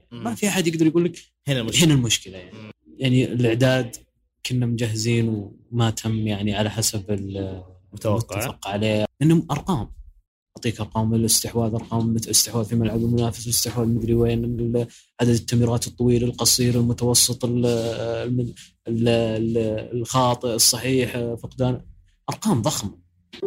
ما في أحد يقدر يقول لك هنا المشكلة يعني الإعداد كنا مجهزين وما تم يعني على حسب المتفق عليه. إنهم أرقام، أعطيك أرقام الاستحواذ، أرقام الاستحواذ في ملعب المنافس، الاستحواذ مدري وين، عدد التمريرات الطويل القصير المتوسط الخاطئ الصحيح، فقدان، أرقام ضخمة.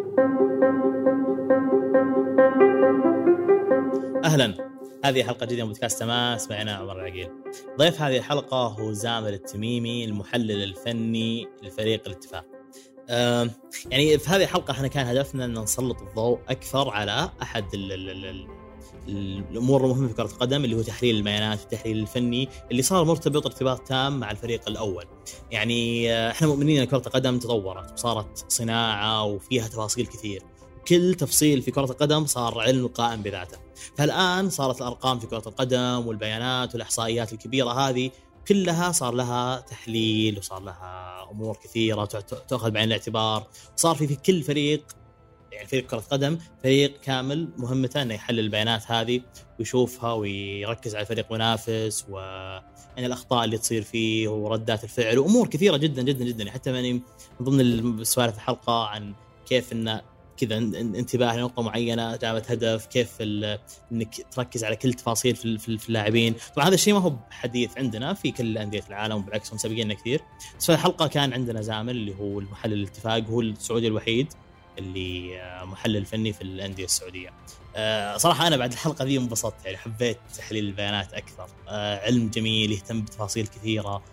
أهلا، هذه حلقة جديدة من بودكاست تماس. معنا عمر العقيل. ضيف هذه الحلقة هو زامل التميمي، المحلل الفني لفريق الاتفاق. يعني في هذه الحلقة احنا كان هدفنا أن نسلط الضوء أكثر على أحد الأمور المهمة في كرة القدم، اللي هو تحليل البيانات والتحليل الفني اللي صار مرتبط ارتباط تام مع الفريق الأول. يعني احنا مؤمنين أن كرة القدم تطورت وصارت صناعة وفيها تفاصيل كثير، كل تفصيل في كرة القدم صار علم قائم بذاته. فالآن صارت الأرقام في كرة القدم والبيانات والإحصائيات الكبيرة هذه كلها صار لها تحليل، وصار لها أمور كثيرة تأخذ بعين الاعتبار. صار في كل فريق، يعني فريق كرة قدم فريق كامل مهمته أنه يحلل البيانات هذه ويشوفها ويركز على فريق منافس وأن الأخطاء اللي تصير فيه وردات الفعل وأمور كثيرة جدا جدا جدا. حتى من ضمن السوالف الحلقة عن كيف أن كذا انتباه لنقطة معينة جابت هدف، كيف انك تركز على كل تفاصيل في اللاعبين. طبعا هذا الشيء ما هو حديث عندنا في كل أندية العالم، وبالعكس هم سابقيننا كثير. بس في الحلقة كان عندنا زامل اللي هو المحلل الاتفاق، هو السعودي الوحيد اللي محلل فني في الأندية السعودية. صراحة أنا بعد الحلقة ذي انبسطت، يعني حبيت تحليل البيانات أكثر. علم جميل يهتم بتفاصيل كثيرة.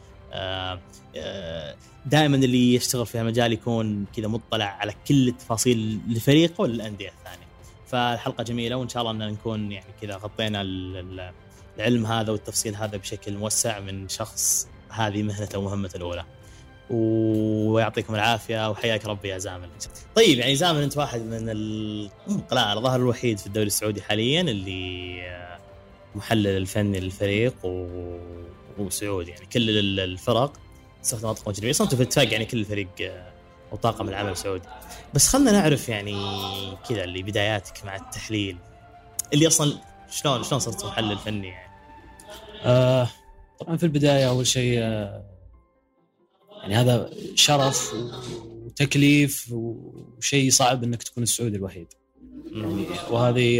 دائما اللي يشتغل في هالمجال يكون كذا مطلع على كل التفاصيل لفريقه والأندية الثانية. فالحلقة جميلة، وإن شاء الله أن نكون يعني كذا غطينا العلم هذا والتفصيل هذا بشكل موسع من شخص هذه مهنته ومهمته الأولى. ويعطيكم العافية وحياك ربي يا زامل. طيب يعني زامل أنت واحد من الظاهر الوحيد في الدوري السعودي حاليا اللي محلل الفني للفريق وسعودي، يعني كل الفرق استخدموا طاقم جديد. صرتوا في اتفاق يعني كل فريق وطاقم العمل سعودي. بس خلنا نعرف يعني كذا اللي بداياتك مع التحليل، اللي أصلا شلون صرت محلل فني يعني؟ طبعا في البداية أول شيء يعني هذا شرف وتكليف وشيء صعب إنك تكون السعودي الوحيد يعني، وهذه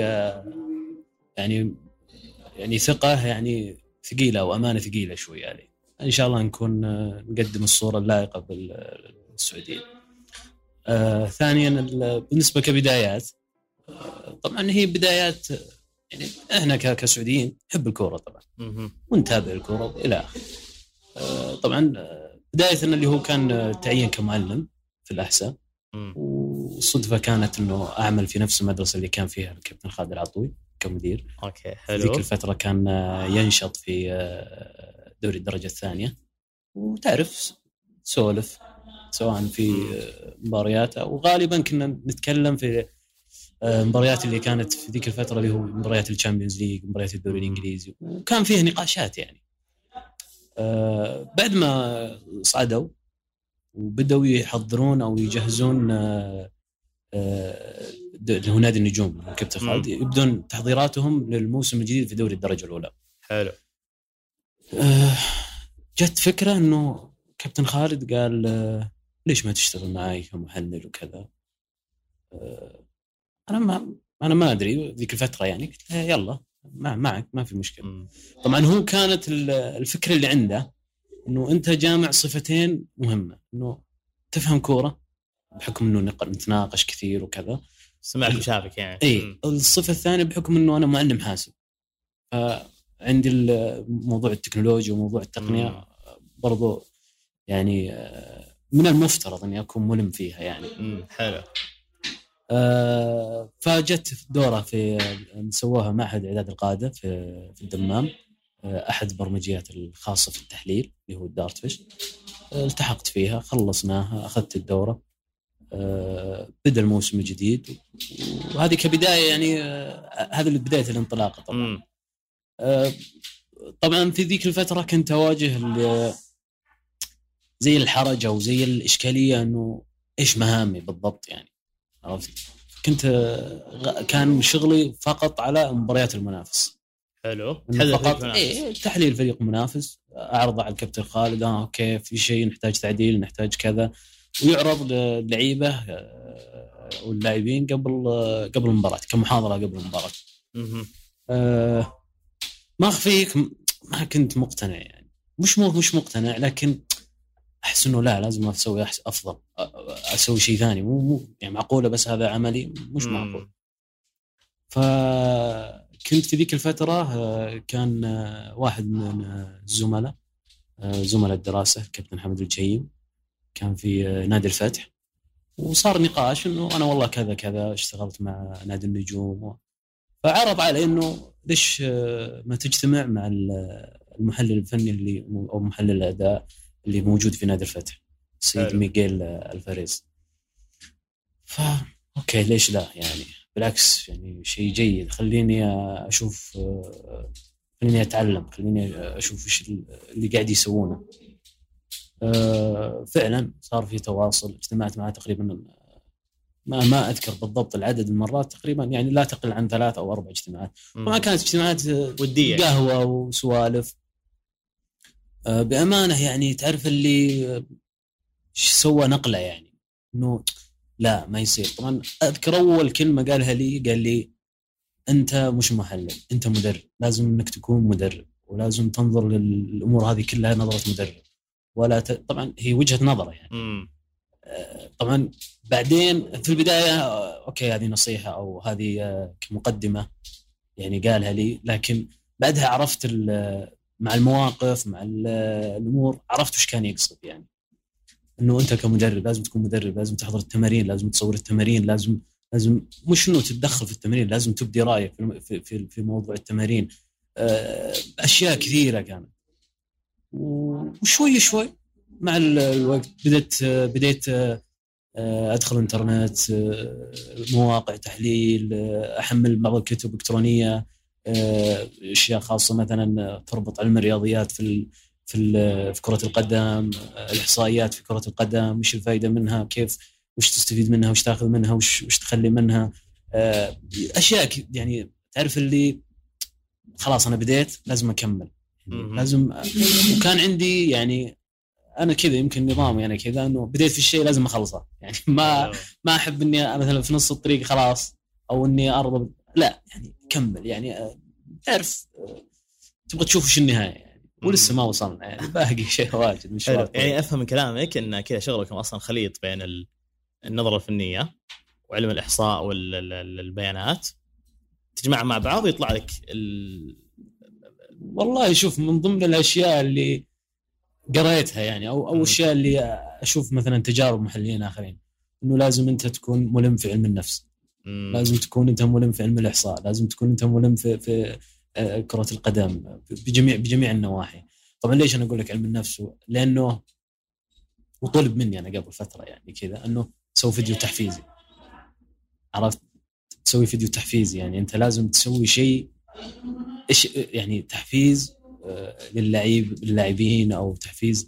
يعني ثقة يعني ثقيلة وأمانة ثقيلة شوي يعني. إن شاء الله نكون نقدم الصورة اللائقة بالسعوديين. ثانيا بالنسبة كبدايات، طبعا هي بدايات يعني إحنا كسعوديين نحب الكورة طبعا ونتابع الكورة إلى آخره. طبعا بداية اللي هو كان تعيين كمعلم في الأحساء، والصدفة كانت إنه أعمل في نفس المدرسة اللي كان فيها الكابتن خالد العطوي كمدير. أوكي حلو. ذيك الفترة كان ينشط في دوري الدرجة الثانية، وتعرف سولف سواء في مباريات أو غالبا كنا نتكلم في مباريات اللي كانت في ذيك الفترة اللي هو مباريات الشامبيونز ليج، مباريات الدوري الإنجليزي، وكان فيه نقاشات يعني. بعد ما صعدوا وبدأوا يحضرون أو يجهزون له نادي النجوم كابتن خالد، يبدون تحضيراتهم للموسم الجديد في دوري الدرجة الأولى. حلو. جت فكرة إنه كابتن خالد قال ليش ما تشتغل معي كمحلل وكذا. أنا ما أدري ذيك الفترة يعني، قلت يلا معك ما في مشكلة. طبعا هو كانت الفكرة اللي عنده إنه أنت جامع صفتين مهمة، إنه تفهم كورة بحكم إنه نتناقش كثير وكذا، سمعك وشافك يعني. إيه. الصفة الثانية بحكم إنه أنا معلم حاسب، فعندي موضوع التكنولوجيا وموضوع التقنية برضو يعني من المفترض أني أكون ملم فيها يعني. حلو. فجت دورة في نسووها معهد إعداد القادة في الدمام، أحد برمجيات الخاصة في التحليل اللي هو الدارتفيش. التحقت فيها، خلصناها، أخذت الدورة. بدأ الموسم الجديد، وهذه كبداية يعني هذا بداية الانطلاقة طبعا. طبعا في ذيك الفترة كنت أواجه زي الحرج أو زي الإشكالية أنه إيش مهامي بالضبط يعني. عرفت، كان شغلي فقط على مباريات المنافس. حلو. فقط تحليل فريق منافس، اعرضه على الكابتن خالد، اوكي في شيء نحتاج تعديل، نحتاج كذا، ويعرض للعيبه واللاعبين قبل المباراه كمحاضره قبل المباراه. ما اخفيك ما كنت مقتنع، يعني مش مقتنع، لكن احس انه لا، لازم اسوي افضل، اسوي شيء ثاني، مو يعني معقوله بس هذا عملي مش معقول. فكنت في ذيك الفتره كان واحد من الزملاء زملاء الدراسه كابتن حمد الجهيم كان في نادي الفتح، وصار نقاش انه انا والله كذا كذا اشتغلت مع نادي النجوم، فعرض علي انه ليش ما تجتمع مع المحلل الفني اللي او محلل الاداء اللي موجود في نادي الفتح السيد ميغيل الفاريز. اوكي ليش لا، يعني بالعكس يعني شيء جيد، خليني اشوف، خليني اتعلم، خليني اشوف ايش اللي قاعد يسوونه. فعلا صار في تواصل، اجتمعت معه تقريبا ما اذكر بالضبط العدد المرات، تقريبا يعني لا تقل عن 3 أو 4 اجتماعات. وما كانت اجتماعات وديه، قهوه وسوالف. بامانه يعني تعرف اللي سوى نقله، يعني انه لا ما يصير. طبعا اذكر اول كلمه قالها لي، قال لي انت مش محلل، انت مدرب، لازم انك تكون مدرب، ولازم تنظر للامور هذه كلها نظره مدرب، ولا طبعا هي وجهه نظره يعني. طبعا بعدين في البدايه اوكي هذه نصيحه او هذه كمقدمه يعني قالها لي، لكن بعدها عرفت مع المواقف مع الامور عرفت وش كان يقصد، يعني انه انت كمدرب لازم تكون مدرب، لازم تحضر التمارين، لازم تصور التمارين، لازم مش انه تتدخل في التمارين، لازم تبدي رايك في موضوع التمارين. اشياء كثيره كانت، وشوي شوي مع الوقت بديت ادخل الانترنت، مواقع تحليل، احمل بعض الكتب الكترونيه، اشياء خاصه مثلا تربط علم الرياضيات في كره القدم، الاحصائيات في كره القدم، وش الفائده منها، كيف وش تستفيد منها، وش تاخذ منها، وش تخلي منها، اشياء يعني تعرف اللي خلاص انا بديت لازم اكمل، لازم. وكان عندي يعني انا كذا، يمكن نظامي انا كذا، انه بديت في الشيء لازم اخلصه، يعني ما احب اني مثلا في نص الطريق خلاص، او اني ارضى، لا يعني كمل، يعني تعرف تبغى تشوف ايش النهايه يعني. ولسه ما وصلنا، يعني باقي شيء واجد مشوار. يعني افهم من كلامك ان كذا شغلكم اصلا خليط بين النظره الفنيه وعلم الاحصاء والبيانات، تجمعها مع بعض ويطلع لك والله شوف، من ضمن الاشياء اللي قريتها يعني او اشياء اللي اشوف مثلا تجارب محللين اخرين، انه لازم انت تكون ملم في علم النفس، لازم تكون انت ملم في علم الاحصاء، لازم تكون انت ملم في كرة القدم بجميع النواحي. طبعا ليش انا اقول لك علم النفس؟ لانه وطلب مني انا قبل فترة يعني كذا انه تسوي فيديو تحفيزي، عرفت؟ تسوي فيديو تحفيزي، يعني انت لازم تسوي شيء ايش يعني تحفيز للاعبين، او تحفيز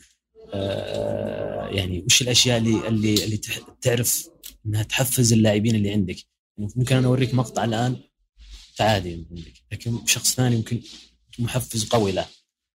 يعني وش الاشياء اللي تعرف انها تحفز اللاعبين اللي عندك. يعني ممكن انا اوريك مقطع الان عادي عندك، لكن شخص ثاني ممكن محفز قوي له.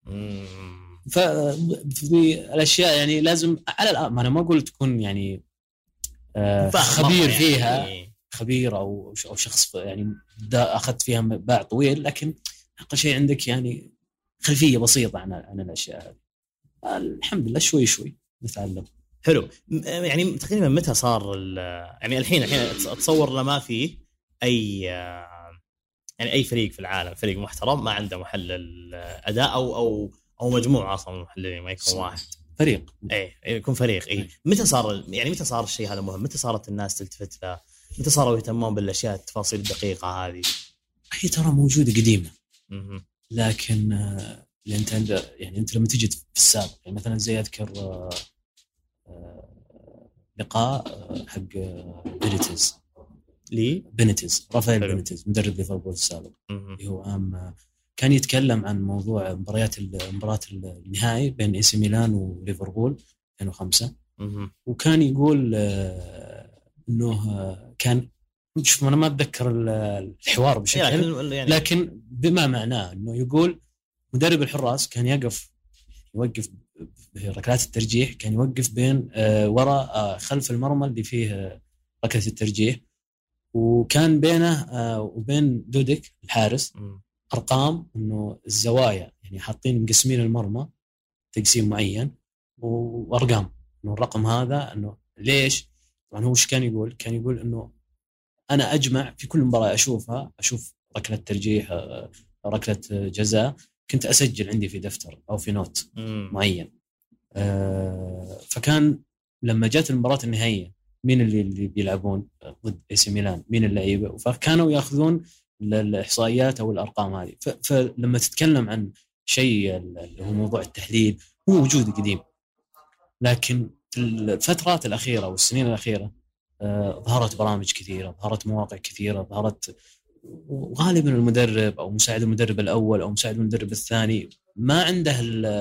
ففي الاشياء يعني لازم على الان، ما انا ما اقول تكون يعني خبير فيها، خبير او شخص يعني اخذت فيها باع طويل، لكن اقل شيء عندك يعني خلفيه بسيطه عن الاشياء هذه. الحمد لله شوي نتعلم. حلو. يعني تقريبا متى صار يعني الحين اتصور لما في اي يعني اي فريق في العالم، فريق محترم ما عنده محلل اداء او مجموعه اصلا محللين، ما يكون واحد فريق، يكون فريق. متى صار الشيء هذا مهم؟ متى صارت الناس تلتفت له؟ متى صاروا يهتمون بالاشياء التفاصيل الدقيقه هذه؟ هي ترى موجوده قديمه، لكن يعني انت لما تجي في السابق، يعني مثلا زي اذكر لقاء حق بينيتيز رافائيل بينيتيز مدرب ليفربول السابق، اللي هو كان يتكلم عن موضوع مباراة النهائي بين اي سي ميلان وليفربول 2005. وكان يقول انه كان شوف أنا ما أتذكر الحوار بشكل، لكن بما معناه أنه يقول مدرب الحراس كان يوقف ركلات الترجيح، كان يوقف بين وراء خلف المرمى اللي فيه ركلة الترجيح، وكان بينه وبين دوديك الحارس أرقام إنه الزوايا، يعني حاطين مقسمين المرمى تقسيم معين وأرقام إنه الرقم هذا إنه ليش. طبعا هو إيش كان يقول؟ كان يقول إنه أنا أجمع في كل مباراة أشوف ركلة ترجيح ركلة جزاء، كنت أسجل عندي في دفتر أو في نوت معين. فكان لما جات المباراة النهائية مين اللي بيلعبون ضد اي سي ميلان، مين اللعيبة، فكانوا يأخذون الإحصائيات أو الأرقام هذه. فلما تتكلم عن شيء اللي هو موضوع التحليل هو موجود قديم، لكن في الفترات الأخيرة والسنين الأخيرة ظهرت برامج كثيرة، ظهرت مواقع كثيرة، ظهرت وغالبا المدرب أو مساعد المدرب الأول أو مساعد المدرب الثاني ما عنده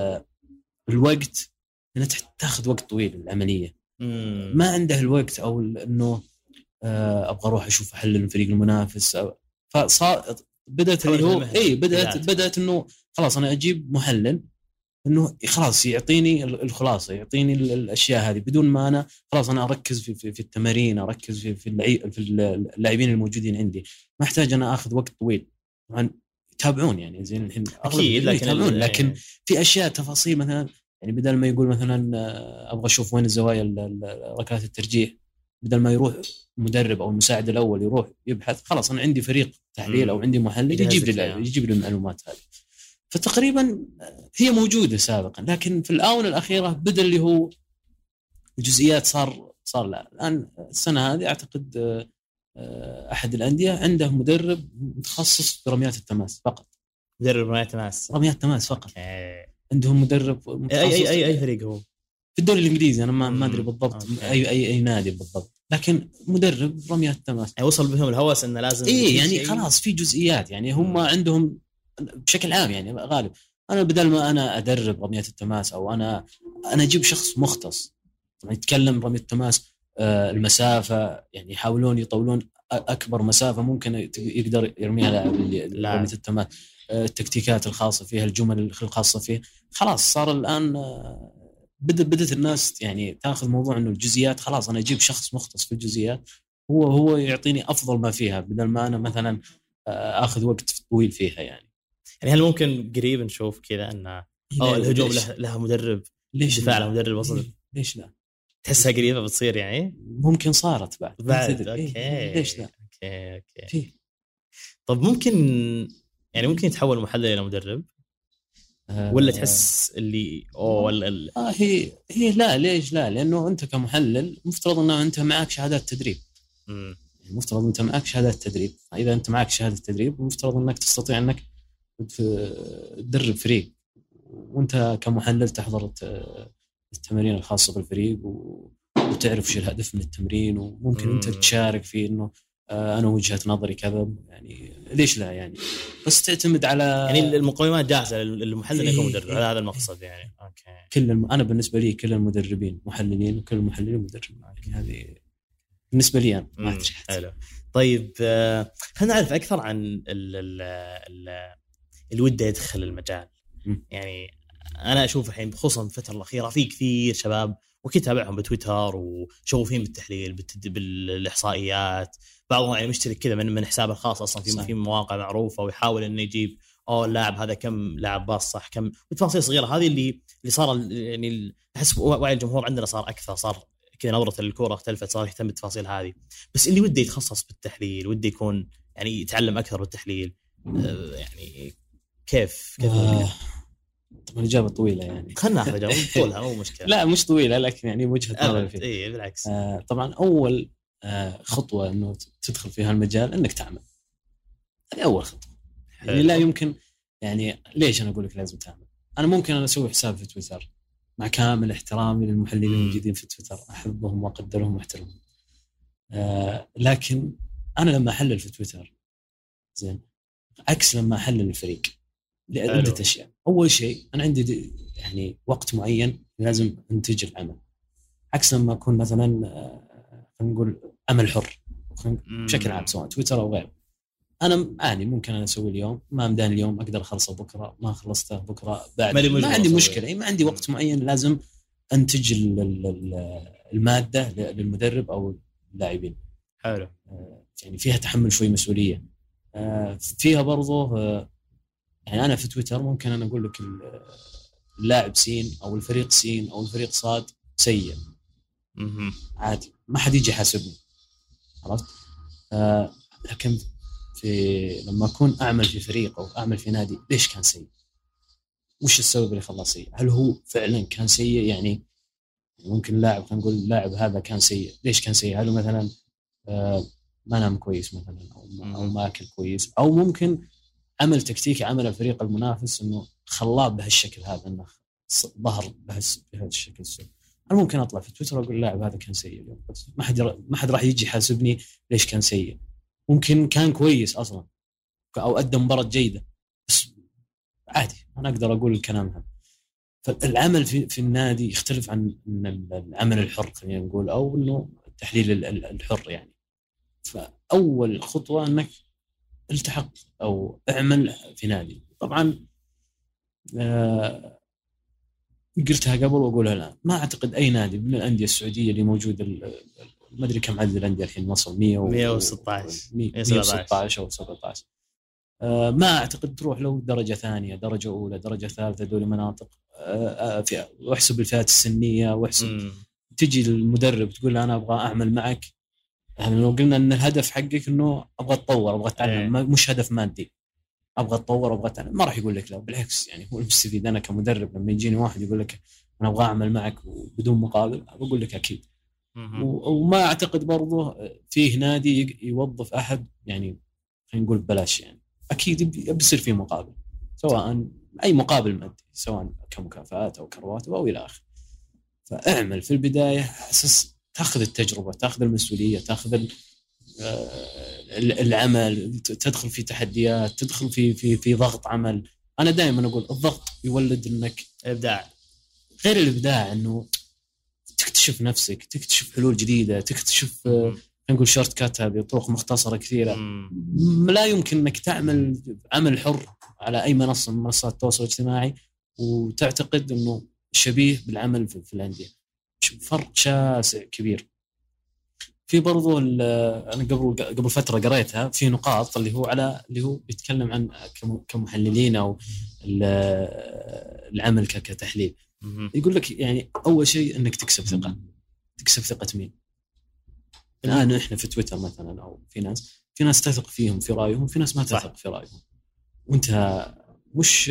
الوقت إنه تاخذ وقت طويل العملية. ما عنده الوقت أو إنه أبغى أروح أشوف أحلل الفريق المنافس. فصار بدأت اللي هو بدأت إنه خلاص أنا أجيب محلل إنه خلاص يعطيني الخلاصة، يعطيني الأشياء هذه بدون ما أنا خلاص أنا أركز في التمارين، أركز في اللاعبين الموجودين عندي، ما أحتاج أنا أخذ وقت طويل. طبعا يتابعون يعني زين الحين أكيد، لكن في أشياء تفاصيل مثلا يعني بدل ما يقول مثلا أبغى أشوف وين الزوايا ركلات الترجيح، بدل ما يروح مدرب أو المساعد الأول يروح يبحث، خلاص أنا عندي فريق تحليل أو عندي محلل يجيب لي المعلومات هذه. فتقريبا هي موجودة سابقا، لكن في الآونة الأخيرة بدأ اللي هو الجزئيات صار لا. الآن السنة هذه أعتقد أحد الأندية عنده مدرب متخصص في رميات التماس فقط. مدرب رميات تماس فقط. عندهم مدرب متخصص. أي فريق هو في الدوري الإنجليزي، أنا ما أدري بالضبط أي نادي بالضبط، لكن مدرب رميات التماس. يعني وصل بهم الهوس إنه لازم يعني خلاص في جزئيات، يعني هم عندهم بشكل عام يعني غالب. أنا بدل ما أنا أدرب رميات التماس أو أنا أجيب شخص مختص يتكلم رمية التماس المسافة، يعني يحاولون يطولون أكبر مسافة ممكن يقدر يرميها لاعب رمية التماس، التكتيكات الخاصة فيها، الجمل الخاصة فيه. خلاص صار الآن بدأت الناس يعني تأخذ موضوع إنه الجزئيات خلاص أنا أجيب شخص مختص في الجزئيات هو يعطيني أفضل ما فيها، بدل ما أنا مثلا أخذ وقت طويل فيها. يعني هل ممكن قريب نشوف كذا أن الهجوم له مدرب، الدفاع له مدرب وسط؟ ليش لا؟ تحسها قريبة بتصير يعني؟ ممكن صارت بعد. أوكي. ليش لا؟ أوكي. طب ممكن ممكن يتحول محلل إلى مدرب ولا تحس اللي هي لا. ليش لا؟ لأنه أنت كمحلل مفترض أنه أنت معك شهادات تدريب. مفترض أنت معك شهادات تدريب. إذا أنت معك شهادة تدريب مفترض أنك تستطيع أنك تدرب فريق، وأنت كمحلل تحضر التمارين الخاصة بالفريق وتعرف شو الهدف من التمرين، وممكن أنت تشارك في إنه أنا وجهة نظري كذا. يعني ليش لا؟ يعني بس تعتمد على يعني المقومات جاهزة للمحلل يكون مدرب. هذا المقصد يعني. أوكي. أنا بالنسبة لي كل المدربين محللين وكل المحللين مدربين. هذه بالنسبة لي أنا. ما أدري. حلو. طيب خلينا نعرف أكثر عن اللي وده يدخل المجال. يعني أنا أشوف الحين خصوصا الفترة الأخيرة في كثير شباب وكتابعهم بتويتر وشغوفين بالتحليل بالإحصائيات، بعضهم يعني مشترك كذا من حسابه الخاص أصلا في مواقع معروفة، ويحاول إنه يجيب اللاعب هذا كم لاعب باص صح، كم بالتفاصيل صغيرة هذه اللي صار. يعني أحس وعي الجمهور عندنا صار أكثر، صار كذا نظرة للكرة اختلفت، صار يهتم بالتفاصيل هذه. بس اللي وده يتخصص بالتحليل، وده يكون يعني يتعلم أكثر بالتحليل، يعني كيف طبعا الإجابة طويلة يعني. خلنا ناخذ إجابة طولها مو مشكلة. لا مش طويلة، لكن يعني وجهة نظري فيه. إيه بالعكس. طبعا أول خطوة إنه تدخل في هالمجال إنك تعمل. هذه أول خطوة. يعني لا يمكن، يعني ليش أنا أقول لك لازم تعمل؟ أنا ممكن أنا أسوي حساب في تويتر مع كامل احترامي للمحللين الموجودين في تويتر، أحبهم وأقدرهم واحترمهم. لكن أنا لما أحلل في تويتر زين عكس لما أحلل الفريق لعدة أشياء. أول شيء أنا عندي يعني وقت معين لازم أنتج العمل، عكس لما أكون مثلا نقول عمل حر. بشكل عام سواء تويتر او غيره. انا عادي ممكن انا اسوي اليوم، ما مداني اليوم اقدر اخلصه بكره، ما خلصته بكره بعد، ما عندي مشكله. ما عندي وقت معين لازم انتج الماده للمدرب او اللاعبين. حلو. يعني فيها تحمل شوي مسؤوليه، فيها برضه يعني انا في تويتر ممكن انا اقول لك اللاعب سين او الفريق سين او الفريق صاد سيء، عادي ما حد يجي يحاسبني، عرفت؟ لكن لما أكون أعمل في فريق أو أعمل في نادي، ليش كان سيء؟ وش السبب اللي خلاه سيء؟ هل هو فعلا كان سيء؟ يعني ممكن لاعب خلينا نقول اللاعب هذا كان سيء، ليش كان سيء؟ هل مثلا ما نام كويس مثلا أو ما أكل كويس، أو ممكن عمل تكتيكي عمل الفريق المنافس إنه خلاه بهالشكل هذا، إنه ظهر بهذا الشكل السيء. أنا ممكن أطلع في تويتر وأقول اللاعب هذا كان سيء اليوم، بس ما حد راح يجي يحاسبني ليش كان سيء. ممكن كان كويس أصلا أو أدى مباراة جيدة، بس عادي أنا أقدر أقول الكلام هذا. فالعمل في النادي يختلف عن العمل الحر خلينا نقول، أو إنه التحليل الحر يعني. فأول خطوة أنك التحق أو اعمل في نادي. طبعا قلتها قبل وأقولها الآن، ما أعتقد أي نادي من الأندية السعودية اللي موجود، ما أدري كم عدد الأندية الحين وصل 116 أو 17. ما أعتقد تروح لو درجة ثانية درجة أولى درجة ثالثة دول مناطق، واحسب الفئات السنية واحسب تجي المدرب تقول أنا أبغى أعمل معك. يعني لو قلنا أن الهدف حقك أنه أبغى أتطور أبغى أتعلم، مش هدف مادي، أبغى أتطور أبغى أتعلم، ما راح يقول لك لا، بالعكس يعني هو المستفيد. أنا كمدرب لما يجيني واحد يقول لك أنا أبغى أعمل معك بدون مقابل، بقول لك أكيد. وما أعتقد برضه فيه نادي يوظف أحد يعني خلينا نقول ببلاش، يعني أكيد بيصير فيه مقابل، سواء أي مقابل مادي سواء كمكافآت أو كرواتب أو إلى آخره. فأعمل في البداية أساس تأخذ التجربة، تأخذ المسؤولية، تأخذ العمل، تدخل في تحديات، تدخل في ضغط عمل. أنا دائما أقول الضغط يولد إنك إبداع، غير الإبداع إنه تكتشف نفسك، تكتشف حلول جديدة، تكتشف نقول شورت كات، هذه طرق مختصرة كثيرة. لا يمكن أنك تعمل عمل حر على أي منصة من منصات التواصل الاجتماعي وتعتقد أنه شبيه بالعمل في الأندية. فرق شاسع كبير. في برضو أنا قبل فترة قريتها في نقاط اللي هو بيتكلم عن كمحللين أو العمل كتحليل. يقول لك يعني أول شيء أنك تكسب ثقة مين؟ الآن إحنا في تويتر مثلا أو في ناس تثق فيهم في رأيهم، في ناس ما تثق في رأيهم، وأنت مش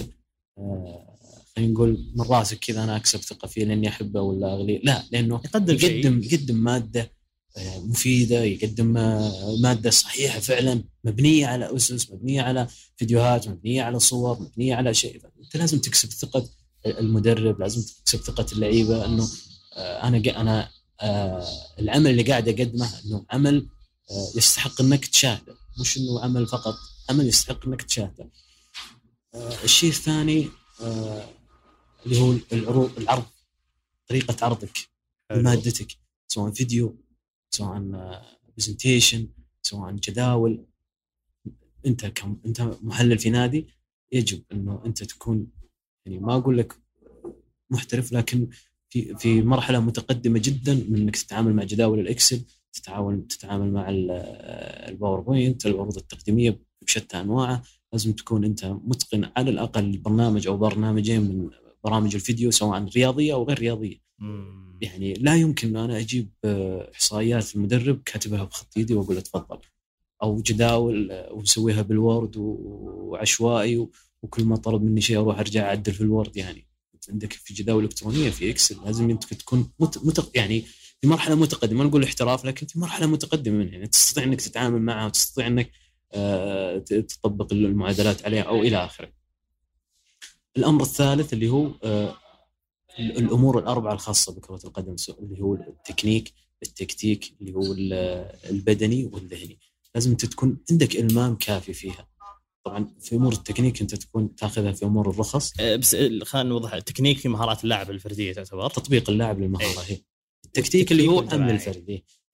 خلينا نقول من راسك كذا أنا أكسب ثقة فيه لأني أحبه ولا أغليه، لا، لأنه يقدم مادة مفيدة، يقدم مادة صحيحة فعلا مبنية على أسس، مبنية على فيديوهات، مبنية على صور، مبنية على شيء. أنت لازم تكسب ثقة المدرب، لازم تكسب ثقة اللعيبة أنه أنا العمل اللي قاعد أقدمه أنه عمل يستحق أنك تشاهده، مش أنه عمل فقط، عمل يستحق أنك تشاهده. الشيء الثاني اللي هو العرض، طريقة عرضك لمادتك، سواء فيديو، سواء برزنتيشن، سواء جداول. أنت محلل في نادي يجب أنه أنت تكون يعني ما أقول لك محترف، لكن في مرحلة متقدمة جدا من أنك تتعامل مع جداول الإكسل، تتعامل مع الباوربوينت، العروض التقديمية بشتى أنواعها. لازم تكون أنت متقن على الأقل برنامج أو برنامجين من برامج الفيديو، سواء رياضية أو غير رياضية. يعني لا يمكن أن أنا أجيب إحصائيات المدرب كاتبها بخط يدي وأقول تفضل، أو جداول وسويها بالوورد وعشوائي، وكل ما طلب مني شيء أروح أرجع أعدل في الوورد. يعني عندك في جداول إلكترونية في إكسل، لازم أنت تكون يعني في مرحلة متقدمة، ما نقول احتراف، لكن في مرحلة متقدمة منها، يعني تستطيع أنك تتعامل معها وتستطيع أنك تطبق المعادلات عليها أو إلى آخره. الأمر الثالث اللي هو الأمور الأربعة الخاصة بكرة القدم، اللي هو التكنيك، التكتيك، اللي هو البدني والذهني. لازم تكون عندك إلمام كافي فيها. طبعا في أمور التكنيك أنت تكون تأخذها في أمور الرخص، بس خلينا نوضح، التكنيك في مهارات اللاعب الفردية تعتبر، تطبيق اللاعب للمهارة. هي التكتيك اللي هو عمل الفردي.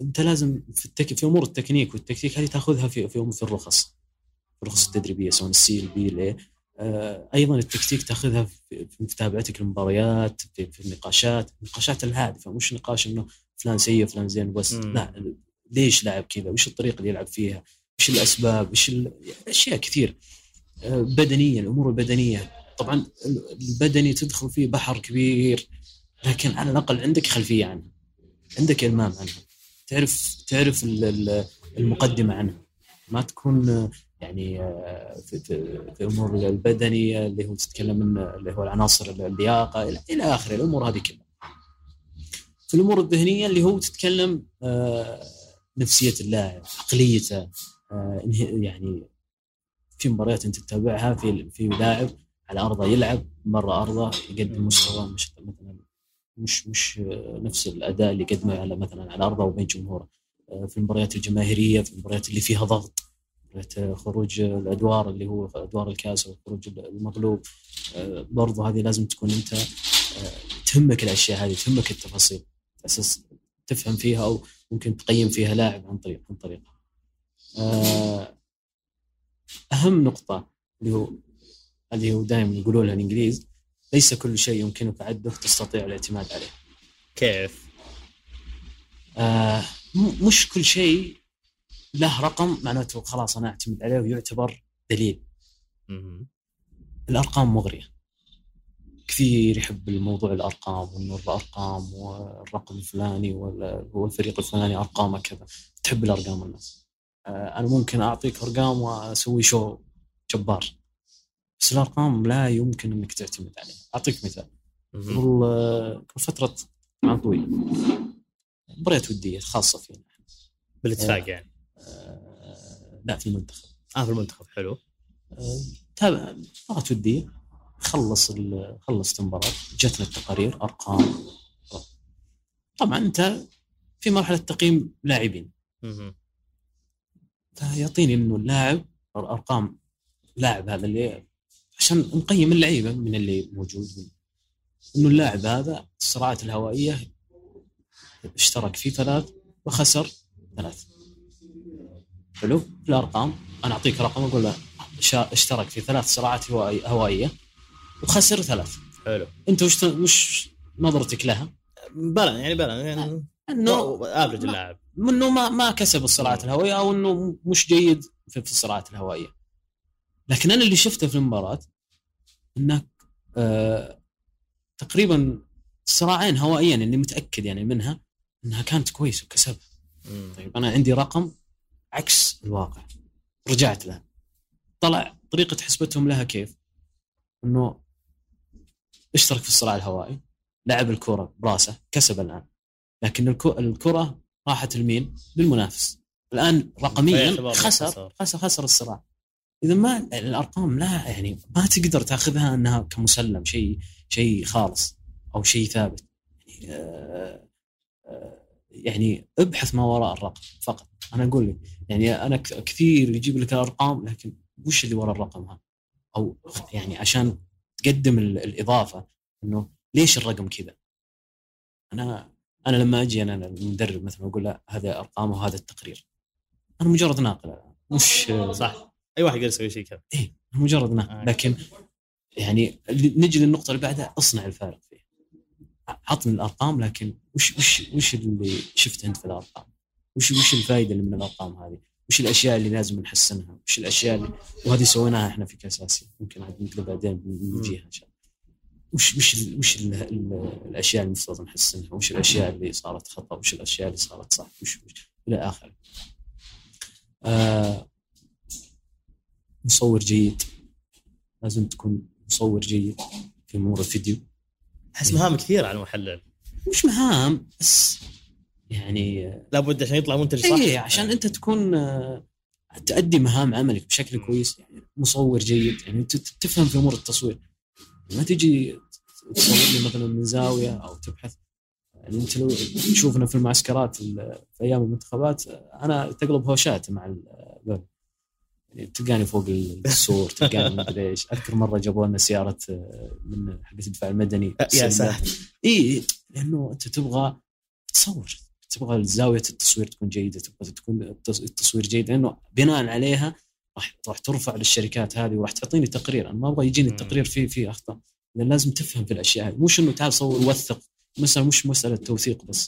انت لازم في امور التكنيك والتكتيك هذه تاخذها في الرخص التدريبيه، سواء السي البي الاي. ايضا التكتيك تاخذها في متابعتك للمباريات، في النقاشات الهادفه، مش نقاش انه فلان سيء فلان زين بس. لا، ليش لعب كذا، وش الطريقه اللي يلعب فيها، وش الاسباب، وش اشياء كثير بدنيه. الامور البدنيه طبعا البدني تدخل فيه بحر كبير، لكن على الاقل عندك خلفيه عنه، عندك المام عنه، تعرف المقدمه عنه، ما تكون يعني في امور البدنيه اللي هو تتكلم من اللي هو العناصر اللياقه الى اخره، الامور هذه كلها. في الامور الذهنيه اللي هو تتكلم نفسيه اللاعب، عقليته، يعني في مباريات انت تتابعها في لاعب على ارضه يلعب، مره ارضه يقدم مستوى مثلا مش نفس الاداء اللي يقدمه على مثلا على ارضه وبين جمهوره. في المباريات الجماهيريه، في المباريات اللي فيها ضغط، خروج الادوار اللي هو ادوار الكاس وخروج المغلوب، برضو هذه لازم تكون انت تهمك الاشياء هذه، تهمك التفاصيل، اساس تفهم فيها او ممكن تقيم فيها لاعب عن طريقها. اهم نقطه اللي هو دائما يقولونها الانجليز: ليس كل شيء يمكنك عده تستطيع الاعتماد عليه. كيف؟ مش كل شيء له رقم معناته خلاص أنا أعتمد عليه ويعتبر دليل. الأرقام مغرية، كثير يحب الموضوع الأرقام، وإنه الأرقام والرقم الفلاني والفريق الفلاني أرقامه كذا، تحب الأرقام الناس. أنا ممكن أعطيك أرقام وأسوي شو جبار، بس الأرقام لا يمكن أنك تعتمد عليها. أعطيك مثال: قبل فترة عام طويل مباريات ودية خاصة فينا بالاتفاق يعني لا في المنتخب. في المنتخب حلو. تابع مباراة ودية، خلصت المباراة، جتنا التقارير أرقام. طبعا أنت في مرحلة تقييم لاعبين، فيعطيني إنه اللاعب أرقام لاعب هذا اللي عشان نقيم اللعيبة من اللي موجود، إنه اللاعب هذا الصراعات الهوائية اشترك في 3 وخسر 3. حلو. في الأرقام أنا أعطيك رقم أقول له اشترك في 3 صراعات هوائية وخسر 3. حلو. أنت وش نظرتك لها؟ بلا يعني إنه أبرج اللاعب منه ما كسب الصراعات الهوائية، أو إنه مش جيد في الصراعات الهوائية. لكن أنا اللي شفته في المباراة إنك تقريبا صراعين هوائيا اللي متأكد يعني منها إنها كانت كويس وكسبها. طيب أنا عندي رقم عكس الواقع، رجعت له، طلع طريقة حسبتهم لها كيف؟ إنه اشترك في الصراع الهوائي، لعب الكرة براسه، كسب الآن، لكن الكرة راحت لمين؟ للمنافس. الآن رقميا خسر الصراع. إذا ما الأرقام لا يعني ما تقدر تأخذها أنها كمسلم شيء خالص أو شيء ثابت. يعني ابحث ما وراء الرقم فقط. أنا أقول لك يعني أنا كثير يجيب لك الأرقام، لكن وش اللي وراء الرقم هذا؟ أو يعني عشان تقدم الإضافة إنه ليش الرقم كذا. أنا لما أجي أنا المدرب مثلا أقول له هذا أرقام وهذا التقرير، أنا مجرد ناقل، مش صح. أي واحد يقدر يسوي شيء كذا. إيه مجرد ناقل. لكن يعني نجي للنقطة اللي بعدها، أصنع الفارق فيه. عطني الأرقام، لكن وش اللي شفت أنت في الأرقام؟ وش الفائدة اللي من الأرقام هذه؟ وش الأشياء اللي لازم نحسنها؟ وش الأشياء اللي وهذه سويناها إحنا في كأس آسيا، ممكن عاد نقدر بعدين نجيها إن شاء الله. وش الأشياء اللي المفروض نحسنها؟ وش الأشياء اللي صارت خطأ؟ وش الأشياء اللي صارت صح؟ وش إلى آخره. مصور جيد، لازم تكون مصور جيد في أمور الفيديو. أحس مهام كثير على المحلل. مش مهام بس يعني لابد عشان يطلع منتج صح. إيه عشان أنت تكون تؤدي مهام عملك بشكل كويس. يعني مصور جيد، يعني تفهم في أمور التصوير. ما تجي تصور لي مثلا من زاوية أو تبحث. يعني أنت لو تشوفنا في المعسكرات في أيام المنتخبات، أنا تقلب هوشات مع الجول، يعني تلقاني فوق السور، تلقاني ما أدري إيش. أذكر مرة جابوا لنا سيارة من حق الدفاع المدني. يا ساتر. إيه لأنه أنت تبغى تصور تبغى زاويه التصوير تكون جيده، تبغى تكون التصوير جيد، لانه بناء عليها راح ترفع للشركات هذه وراح تعطيني تقرير. انا ما ابغى يجيني التقرير فيه اخطاء، لأن لازم تفهم في الاشياء هذه، مش انه تعال صور وثق مثلا، مش مساله توثيق بس.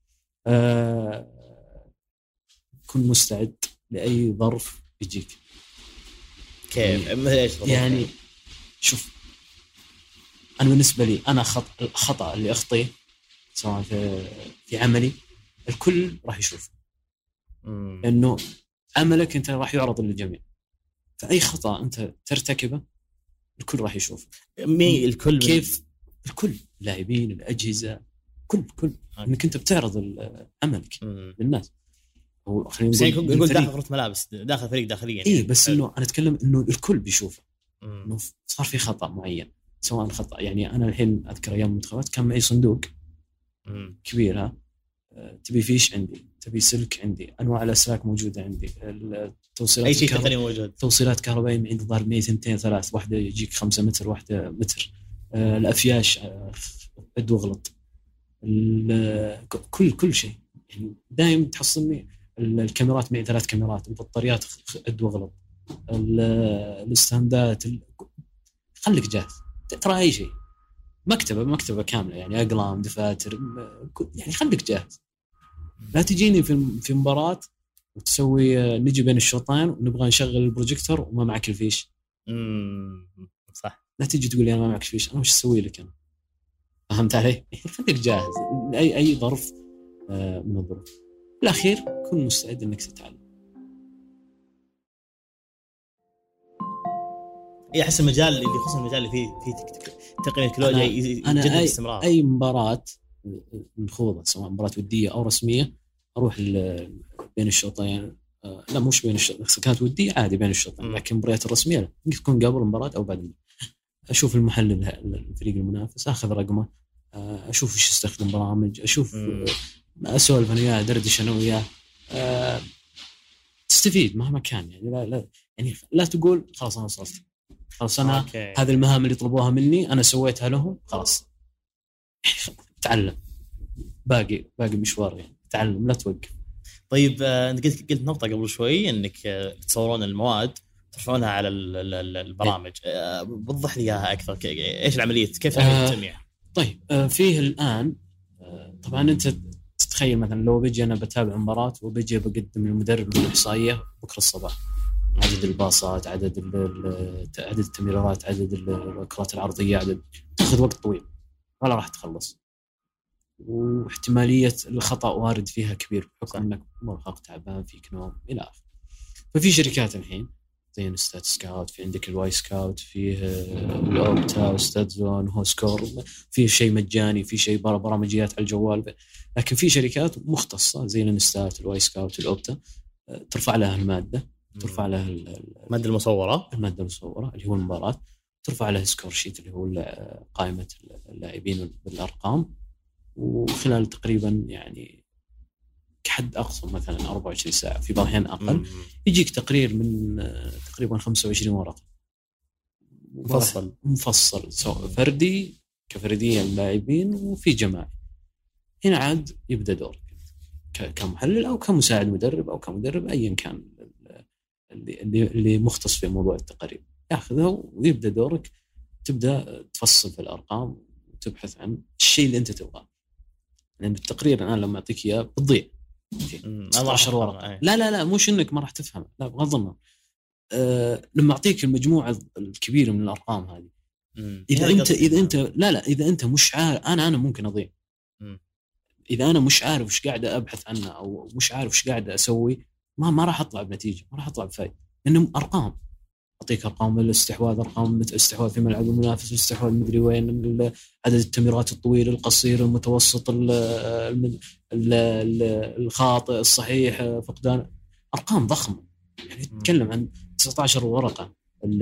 كن مستعد لاي ظرف يجيك. كيف مثل ايش يعني شوف، انا بالنسبه لي انا الخطا اللي اخطيه سواء في عملي الكل راح يشوفه، لانه عملك انت راح يعرض للجميع، فاي خطا انت ترتكبه الكل راح يشوفه. الكل كيف؟ الكل، لاعبين، الاجهزه، كل انك انت بتعرض عملك للناس. خلينا نقول داخل غرفه ملابس، داخل فريق داخليا يعني. بس انه انا اتكلم انه الكل بيشوفه انه صار في خطا معين، سواء خطا. يعني انا الحين اذكر ايام المنتخبات كان معي صندوق كبير، ها تبي فيش عندي، تبي سلك عندي، انواع الاسلاك موجوده عندي، التوصيلات اي شيء تقني موجود، توصيلات كهربائيه عندي ضار 100 2 3، واحده يجيك 5 متر، واحده متر، الافياش عد واغلط، كل شيء. يعني دائما تحصلني الكاميرات معي 3 كاميرات، البطاريات عد واغلط، الاستندات، خليك جاهز ترى اي شيء، مكتبه كامله، يعني اقلام، دفاتر، يعني خليك جاهز. لا تجيني في مباراه وتسوي نجي بين الشوطين ونبغى نشغل البروجيكتور وما معك الفيش. صح، لا تجي تقول لي انا ما معك فيش، انا وش اسوي لك انا؟ فهمت علي؟ خليك جاهز اي ظرف من الظروف. بالاخير كن مستعد انك تتعلم. احس المجال اللي يخص المجال اللي فيه تقنيه التكنولوجيا يجدد الاستمرار. اي مباراه نخوضها سواء مباراه وديه او رسميه اروح بين الشوطين. لا مش بين الشوطين، كانت وديه عادي بين الشوطين، لكن مباريات الرسميه لا، تكون قبل المباراه او بعد المباراة. اشوف المحلل الفريق المنافس، اخذ رقمه، اشوف ايش يستخدم برامج، اشوف اسولف انا وياه، دردش انا وياه، تستفيد مهما كان. يعني لا يعني لا تقول خلاص انا وصلت، خلاص انا هذه المهام اللي يطلبوها مني انا سويتها لهم، خلاص. تعلم، باقي مشوار، يعني تعلم لا توقف. طيب انت قلت نقطه قبل شوي انك تصورون المواد ترفعونها على البرامج، وضح لي اياها اكثر. ايش العمليه، كيف التجميع؟ طيب فيه الان طبعا انت تتخيل مثلا لو بيجي انا بتابع مباراه وبيجي بقدم للمدرب الاحصائيه بكره الصباح، عدد الباصات، عدد التمريرات، عدد الكرات العرضيه، عدد، تاخذ وقت طويل ولا راح تخلص، واحتماليه الخطا وارد فيها كبير بحكم انك مرهق تعبان فيك نوم الى اخره. ففي شركات الحين زي ستات سكاوت، في عندك الواي سكاوت، فيه الاوبتا وستات زون هو سكور، في شيء مجاني، في شيء برامجيات على الجوال، لكن في شركات مختصه زي الانستات، الواي سكاوت، الاوبتا، ترفع لها الماده، ترفع لها الماده المصوره اللي هو المباراه، ترفع لها سكور شيت اللي هو قائمه اللاعبين بالارقام، وخلال تقريبا يعني كحد اقصى مثلا 24 ساعه، في بعض الاحيان اقل، يجيك تقرير من تقريبا 25 ورقه مفصل سواء فردي كفرديه اللاعبين وفي جماعي. هنا عاد يبدا دورك كمحلل او كمساعد مدرب او كمدرب ايا كان اللي مختص في موضوع التقارير، ياخذها ويبدا دورك، تبدا تفصل في الارقام وتبحث عن الشيء اللي انت تبغاه. لان التقرير الان لما اعطيك اياه بتضيع 16 ورقه. لا مش انك ما راح تفهم، لا بغض النظر. لما اعطيك المجموعه الكبيره من الارقام هذه، اذا انت مش عارف، انا ممكن اضيع. اذا انا مش عارف ايش قاعد ابحث عنه او مش عارف ايش قاعد اسوي، ما راح اطلع بنتيجه، ما راح اطلع بفائده. لانه ارقام، اعطيك ارقام الاستحواذ، ارقام الاستحواذ في ملعب المنافس، الاستحواذ مدري وين، عدد التمريرات الطويل، القصير، المتوسط، الخاطئ، الصحيح، فقدان، ارقام ضخمه. يعني تتكلم عن 19 ورقه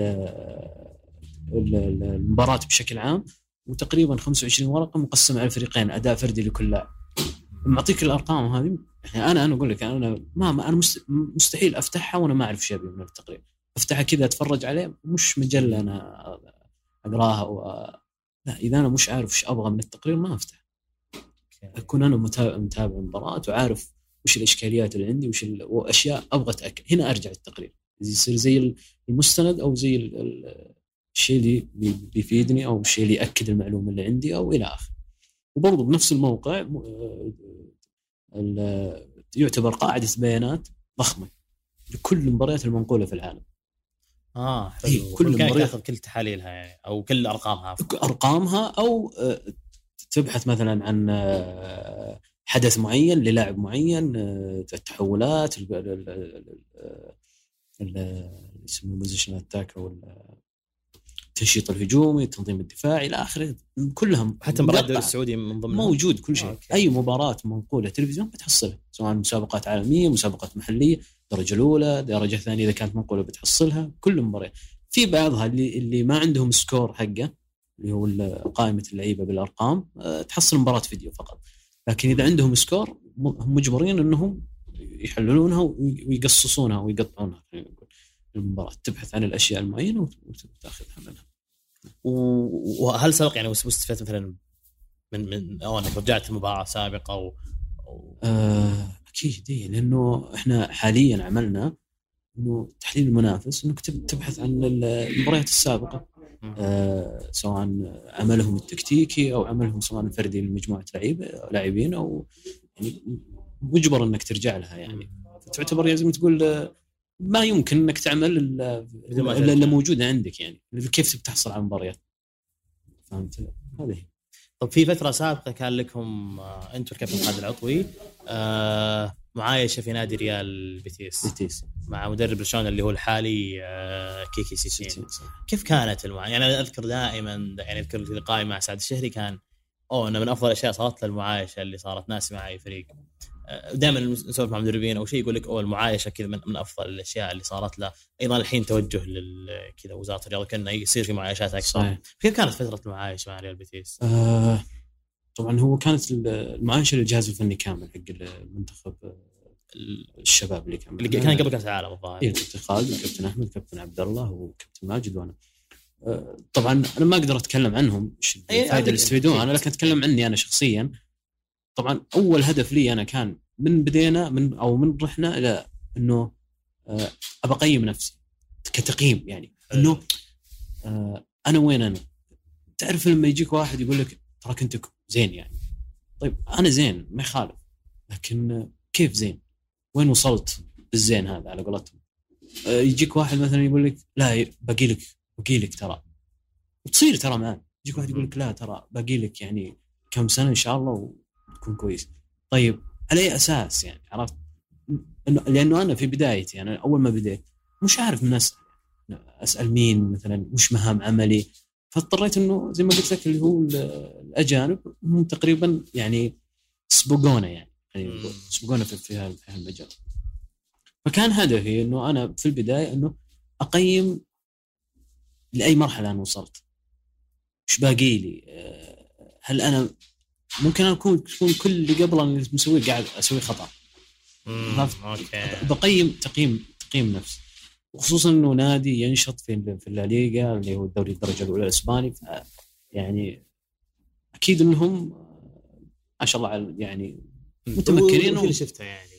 المباراه بشكل عام، وتقريبا 25 ورقه مقسمه على فريقين، اداء فردي لكل لاعب. معطيك الارقام هذه، يعني انا اقول لك انا انا مستحيل افتحها وانا ما اعرف شيء من التقرير. افتحها كذا اتفرج عليه، مش مجله انا اقراها لا، اذا انا مش عارف ايش ابغى من التقرير ما افتح. اكون انا متابع المباراه وعارف وش الاشكاليات اللي عندي واشياء ابغى اتاكد. هنا ارجع التقرير يصير زي المستند او زي الشيء اللي بيفيدني او الشيء اللي ياكد المعلومه اللي عندي او الى اخره. وبرضه بنفس الموقع يعتبر قاعده بيانات ضخمه لكل المباريات المنقوله في العالم. حلو. كل مباراه تاخذ كل تحاليلها يعني او كل ارقامها او تبحث مثلا عن حدث معين للاعب معين، التحولات اسمه البوزيشن اتاك او التنشيط الهجومي، التنظيم الدفاعي الى اخره، كلهم حتى مباراه الدوري السعودي من ضمنها موجود كل شيء. اي مباراه منقوله تلفزيون بتحصلها، سواء مسابقات عالميه، مسابقات محليه، درجه اولى، درجه ثانيه اذا كانت منقوله بتحصلها. كل مباراه في بعضها اللي ما عندهم سكور حقه اللي هو قائمه اللعيبه بالارقام، تحصل مباراه فيديو فقط. لكن اذا عندهم سكور هم مجبرين انهم يحللونها ويقصصونها ويقطعونها المباراة، تبحث عن الأشياء المعينة وتأخذها منها. وهل سبق يعني واستفدت مثلا من أنك رجعت المباراة سابقة أو أكيد لأنه إحنا حاليا عملنا إنه تحليل المنافس، إنك تبحث عن المباريات السابقة، سواء عملهم التكتيكي أو عملهم سواء الفردي لمجموعة لاعبين أو يعني مجبر إنك ترجع لها يعني. فتعتبر لازم تقول ما يمكن انك تعمل اللي موجوده عندك يعني كيف بتحصل على مباريات. فهمت هذه؟ طب في فتره سابقه كان لكم انتم الكابتن خالد العطوي معايشه في نادي ريال بيتيس مع مدرب برشلونه اللي هو الحالي كيكي سيسين. كيف كانت المعايشه؟ يعني انا اذكر دائما يعني اذكر لقائي مع سعد الشهري كان انا من افضل الاشياء صارت المعايشه اللي صارت ناس معي فريق. دائما نسولف مع مدربين او شيء يقول لك المعايشه كذا من افضل الاشياء اللي صارت له. ايضا الحين توجه كذا وزاره الرياضه كانه يصير في معايشات اكثر. صحيح. كيف كانت فتره المعايشه مع ريال بيتيس؟ طبعا هو كانت المعايشه للجهاز الفني كامل حق المنتخب الشباب اللي كان قبل كاس العالم الظاهر. كابتن خالد وكابتن احمد كابتن عبد الله وكابتن ماجد وانا. طبعا انا ما اقدر اتكلم عنهم ايش الفائده اللي استفيدوها انا، لكن اتكلم عني انا شخصيا. طبعا اول هدف لي انا كان من بدينا من رحنا الى انه ابى اقيم نفسي كتقييم يعني انه انا وين انا. تعرف لما يجيك واحد يقول لك تراك انت زين يعني، طيب انا زين ما يخالف، لكن كيف زين؟ وين وصلت بالزين هذا على قولتهم؟ يجيك واحد مثلا يقول لك لا باقي لك ترى، وتصير ترى معاه. يجيك واحد يقول لك لا ترى باقي لك يعني كم سنه ان شاء الله وتكون كويس. طيب على اي اساس يعني؟ عرفت؟ لانه انا في بدايتي يعني اول ما بديت مش عارف من اسال مين مثلا وش مهام عملي، فاضطريت انه زي ما قلت لك اللي هو الاجانب هم تقريبا يعني سبقونا يعني سبقونا في هالمجال. فكان هدفي انه انا في البدايه انه اقيم لاي مرحله انا وصلت، وش باقي لي، هل انا ممكن اكون كل اللي قبل اللي مسويه قاعد اسوي خطا. بقيم تقييم نفسي، وخصوصا انه نادي ينشط في الليغا اللي هو الدوري الدرجه الاولى الاسباني، يعني اكيد انهم ما شاء الله يعني متمكنين. اللي شفتها يعني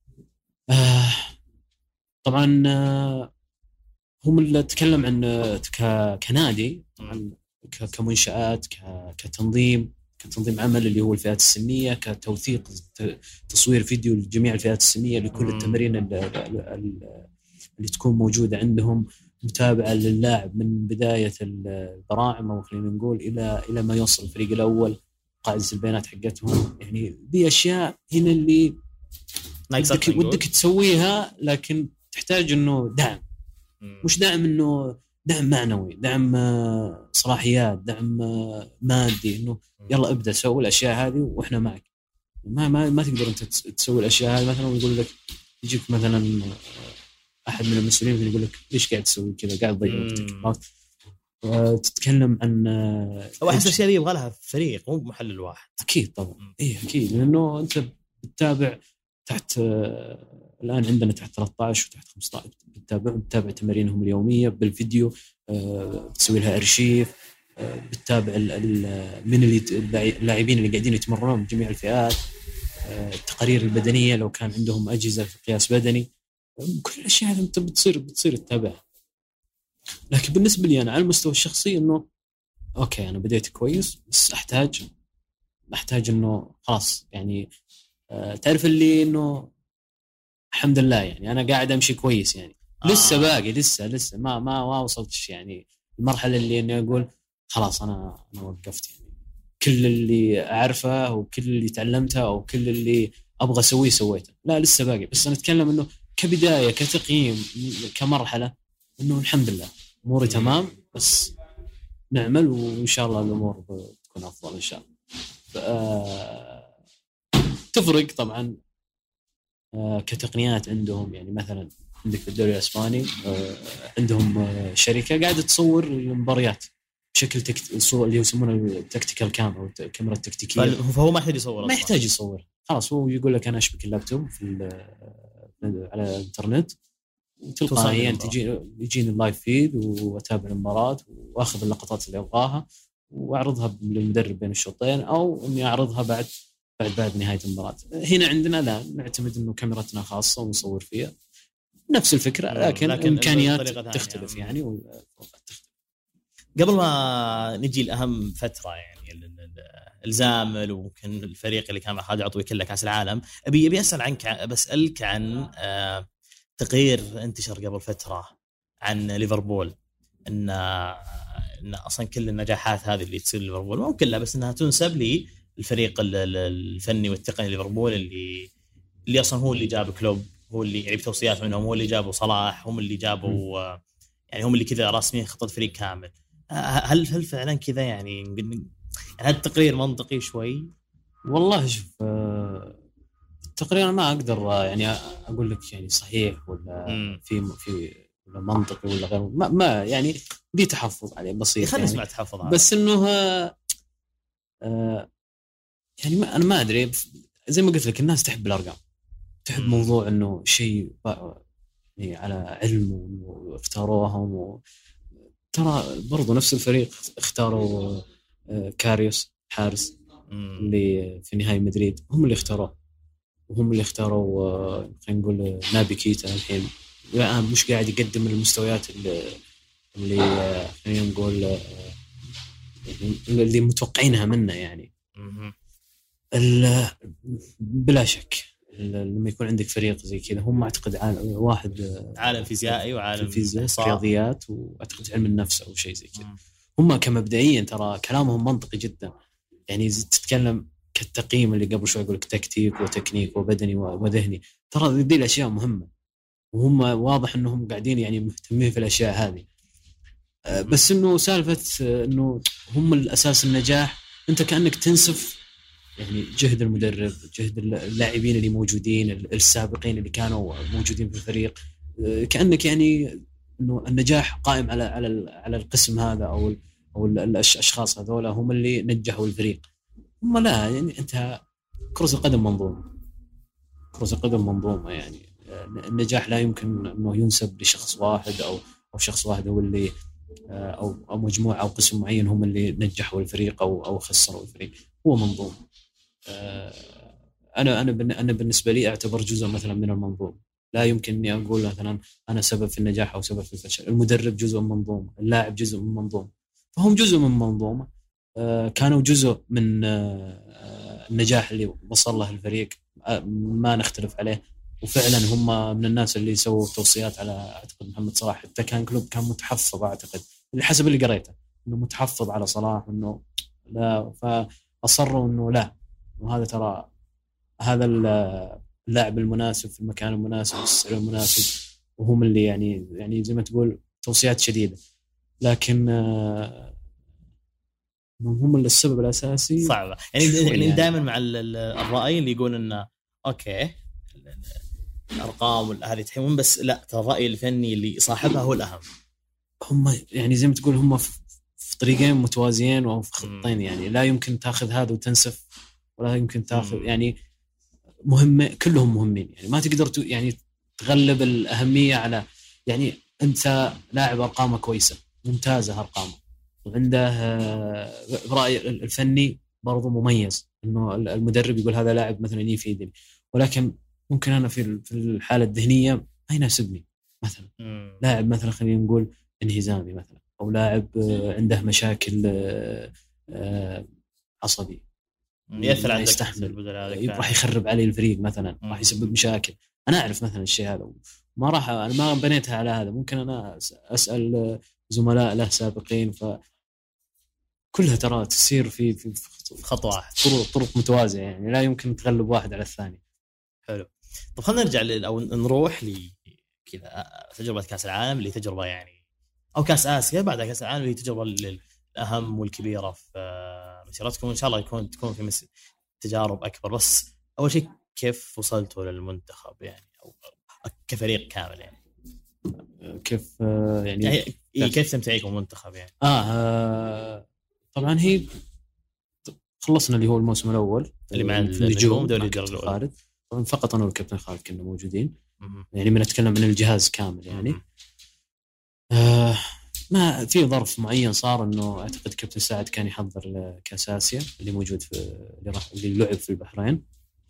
طبعا هم اللي تكلم عن كنادي طبعا كمنشآت كتنظيم عمل اللي هو الفئات السنيه، كتوثيق تصوير فيديو لجميع الفئات السنيه لكل التمارين اللي تكون موجوده عندهم، متابعه للاعب من بدايه البراعم او خلينا نقول الى ما يوصل الفريق الاول، قاعده البيانات حقتهم. يعني دي اشياء هنا اللي ودك تسويها، لكن تحتاج انه دعم، مش دعم انه دعم معنوي، دعم صلاحيات، دعم مادي، انه يلا ابدا سوي الاشياء هذه واحنا معك. ما تقدر انت تسوي الاشياء هذه مثلا ويقول لك يجيك مثلا احد من المسؤولين يقول لك ليش قاعد تسوي كذا، قاعد تضيع وقتك. تتكلم عن احس الاشياء دي يبغى لها فريق مو محلل واحد. اكيد طبعا اكيد، لانه انت بتتابع تحت الان عندنا تحت 13 وتحت 15 بتتابع تمارينهم اليوميه بالفيديو، بتسوي لها ارشيف، بتتابع من اللاعبين اللي قاعدين يتمرنون بجميع الفئات، التقارير البدنيه لو كان عندهم اجهزه في قياس بدني، كل الاشياء هذه انت بتصير تتابعها. لكن بالنسبه لي انا على المستوى الشخصي انه اوكي انا بديت كويس، بس احتاج انه خلاص يعني تعرف اللي انه الحمد لله يعني انا قاعد امشي كويس يعني. لسه باقي لسه ما وصلتش يعني المرحله اللي اني اقول خلاص انا وقفت يعني. كل اللي اعرفه وكل اللي تعلمته او كل اللي ابغى اسويه سويته، لا لسه باقي. بس انا اتكلم انه كبدايه كتقييم كمرحله انه الحمد لله اموري تمام، بس نعمل وان شاء الله الامور بتكون افضل ان شاء الله. تفرق طبعا كتقنيات عندهم، يعني مثلا عندك في الدوري الاسباني عندهم شركه قاعده تصور المباريات بشكل اللي يسمونه التكتيكال كام او الكاميرا التكتيكيه. فهو ما يحتاج يصور، ما يحتاج يصور، خلاص هو يقول لك انا اشبك اللابتوب على الانترنت تلقائيا يجيني اللايف فيد واتابع المباراه واخذ اللقطات اللي ابغاها واعرضها للمدرب بين الشوطين، او اني اعرضها بعد نهايه المباراه. هنا عندنا لا، نعتمد انه كاميرتنا خاصه ونصور فيها نفس الفكره، لكن الامكانيات تختلف يعني قبل ما نجي لأهم فترة يعني الزامل وممكن الفريق اللي كان مع خالد عطوي كله كأس العالم، أبي أسأل عنك، بسألك عن تقرير انتشر قبل فترة عن ليفربول إن أصلا كل النجاحات هذه اللي تصير ليفربول مو كلها، بس إنها تنسب للفريق الفني والتقني ليفربول اللي أصلا هو اللي جاب كلوب، هو اللي يعني بتوصيات منهم، هو اللي جابوا صلاح، هم اللي جابوا يعني هم اللي كذا رسميا خطط فريق كامل. هل فعلا كذا يعني هذا التقرير منطقي شوي؟ والله شوف التقرير ما اقدر يعني اقول لك يعني صحيح ولا في ولا منطقي ولا غير، ما يعني دي تحفظ عليه بسيط، خلينا يعني نسمع تحفظ عليه. بس انه يعني انا ما ادري، زي ما قلت لك الناس تحب الارقام، تحب موضوع انه شيء يعني على علم واختاروهم ترى برضو نفس الفريق اختاروا كاريوس حارس اللي في نهاية مدريد، هم اللي اختاروه، وهم اللي اختاروا خلينا نقول نابي كيتا الحين مش قاعد يقدم المستويات اللي خلينا نقول اللي متوقعينها منه يعني. بلا شك لما يكون عندك فريق زي كذا، هم اعتقد عالم فيزيائي وعالم فيزياء رياضيات واعتقد علم النفس او شيء زي كذا. هم كمبدئيا ترى كلامهم منطقي جدا، يعني تتكلم كالتقييم اللي قبل شوي يقول لك تكتيك وتكنيك وبدني وذهني، ترى دي الاشياء مهمه، وهم واضح انهم قاعدين يعني مهتمين في الاشياء هذه. بس انه سالفه انه هم الاساس النجاح، انت كانك تنسف يعني جهد المدرب، جهد اللاعبين اللي موجودين، السابقين اللي كانوا موجودين في الفريق، كأنك يعني إنه النجاح قائم على القسم هذا أو الأشخاص هذولا هم اللي نجحوا الفريق. هم لا، يعني أنت كرة القدم منظومة يعني النجاح لا يمكن إنه ينسب لشخص واحد أو شخص واحد هو اللي أو مجموعة أو قسم معين هم اللي نجحوا الفريق أو خسروا الفريق. هو منظومة. أنا بالنسبة لي أعتبر جزء مثلا من المنظومة، لا يمكن إني أقول مثلا أنا سبب في النجاح أو سبب في الفشل. المدرب جزء من منظومة، اللاعب جزء من منظومة، فهم جزء من منظومة، كانوا جزء من النجاح اللي وصل له الفريق، ما نختلف عليه. وفعلا هم من الناس اللي سووا توصيات على أعتقد محمد صلاح، حتى كان كلوب كان متحفظ أعتقد اللي حسب اللي قريته إنه متحفظ على صلاح، إنه لا، فأصروا إنه لا، وهذا ترى هذا اللاعب المناسب في المكان المناسب والسعر المناسب، وهم اللي يعني زي ما تقول توصيات شديدة، لكن هم السبب الأساسي صعبة يعني دائما مع الرأي اللي يقول إنه أوكي الأرقام هذه تحمون، بس لا، ترى الرأي الفني اللي صاحبها هو الأهم. هم يعني زي ما تقول هم في طريقين متوازيين أو في خطين، يعني لا يمكن تأخذ هذا وتنسف، ولا يمكن تأخذ يعني مهمة، كلهم مهمين، يعني ما تقدر يعني تغلب الأهمية على، يعني أنت لاعب أرقامه كويسة ممتازة أرقامه، وعنده رأي الفني برضو مميز، انه المدرب يقول هذا لاعب مثلا يفيدني، ولكن ممكن انا في الحالة الذهنية ما يناسبني. مثلا لاعب مثلا خلينا نقول انهزامي مثلا، او لاعب عنده مشاكل عصبي يأثر على يستحمل، راح يخرب علي الفريق مثلا، راح يسبب مشاكل. انا اعرف مثلا الشيء هذا، ما راح انا ما بنيتها على هذا. ممكن انا اسال زملاء له سابقين، ف كلها ترى تصير في خطوة واحد، طرق متوازية، يعني لا يمكن تغلب واحد على الثاني. حلو. طب خلينا نرجع أو نروح كذا تجربة كأس العالم، اللي تجربة يعني، أو كأس آسيا بعد كأس العالم، اللي تجربة الأهم والكبيرة في مسيرتكم، إن شاء الله تكون في تجارب أكبر. بس أول شيء كيف وصلتوا للمنتخب يعني، أو كفريق كامل يعني؟ كيف يعني كيف تم تعيكم المنتخب يعني؟ طبعا هي خلصنا اللي هو الموسم الأول اللي مع النجوم دوري الدرجة الأولى. طبعا فقط أنا والكابتن خالد كنا موجودين. يعني بنتكلم من الجهاز كامل يعني. ما في ظرف معين صار انه اعتقد كابتن سعد كان يحضر كاس اسيا اللي موجود في اللي لعب في البحرين،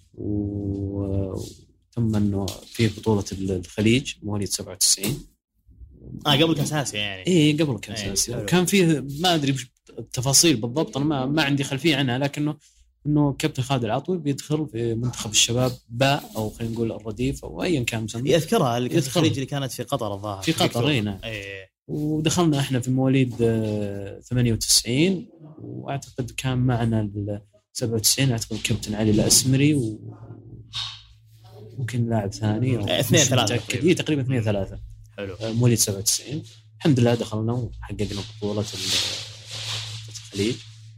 وتم انه في بطولة الخليج مواليد 97 قبل كاس اسيا يعني. ايه قبل كاس اسيا كان فيه ما ادري التفاصيل بالضبط، انا ما عندي خلفيه عنها، لكنه انه كابتن خالد العطوي بيدخل في منتخب الشباب باء، او خلينا نقول الرديف، او ايا كان مسمى. يذكرها الخليج اللي كانت في قطر الظاهر، في قطر هنا. ودخلنا احنا في مواليد 98، واعتقد كان معنا 97 اعتقد كابتن علي الاسمري، وممكن لاعب ثاني او 2-3 تقريبا 2-3. حلو. مواليد 97 الحمد لله دخلنا وحققنا بطولة الخليج.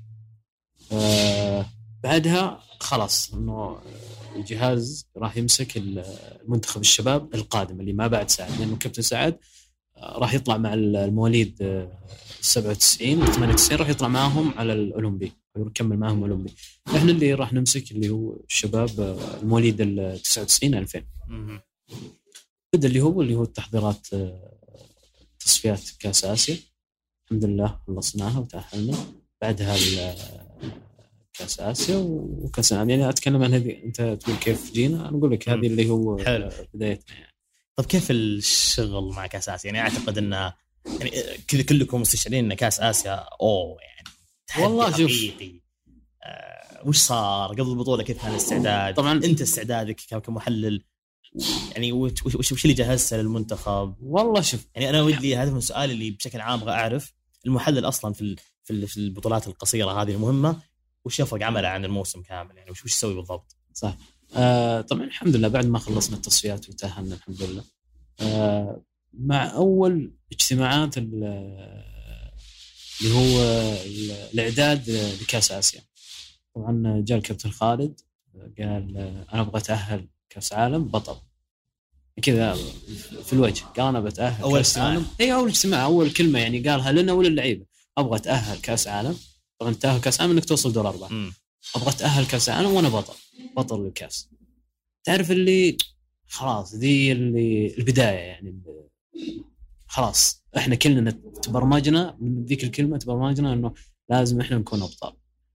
بعدها خلاص انه الجهاز راح يمسك المنتخب الشباب القادم اللي ما بعد سعد، لانه كابتن سعد راح يطلع مع المواليد 97 و 98 راح يطلع معهم على الأولمبي ويكمل معهم أولمبي. احنا اللي راح نمسك اللي هو الشباب المواليد 99 2000. بدأ اللي هو التحضيرات تصفيات كاس آسيا، الحمد لله خلصناها وتأهلنا. بعدها كاس آسيا وكاس العالم. يعني أتكلم عن هذه، أنت تقول كيف جينا، أنا أقول لك هذه اللي هو بدايتنا يعني. طب كيف الشغل مع كاس آسيا؟ يعني أعتقد أنها يعني كلكم مستشعرين أن كاس آسيا يعني والله حقيقي. وش صار قبل البطولة؟ كيف كان الاستعداد؟ طبعا أنت استعدادك كمحلل يعني وش اللي جهزته للمنتخب؟ والله شوف، يعني أنا ودي هذا من السؤال اللي بشكل عام أبغى أعرف المحلل أصلا في البطولات القصيرة هذه المهمة وش يفرق عمله عن الموسم كامل، يعني وش يسوي بالضبط؟ صح. طبعا الحمد لله بعد ما خلصنا التصفيات وتأهلنا الحمد لله، مع أول اجتماعات اللي هو الإعداد لكأس آسيا، طبعا جاء الكابتن خالد قال أنا أبغى أتأهل كأس عالم بطل كذا في الوجه، قال أنا بتأهل أول كأس عالم. أول اجتماع أول كلمة يعني قالها لنا وللعيبة، أبغى أتأهل كأس عالم. طبعا تأهل كأس عالم إنك توصل دور 4. أبغى أتأهل كأس عالم وأنا بطل للكأس. تعرف اللي خلاص ذي اللي البداية يعني، خلاص إحنا كلنا تبرمجنا من ذيك الكلمة، تبرمجنا إنه لازم إحنا نكون أبطال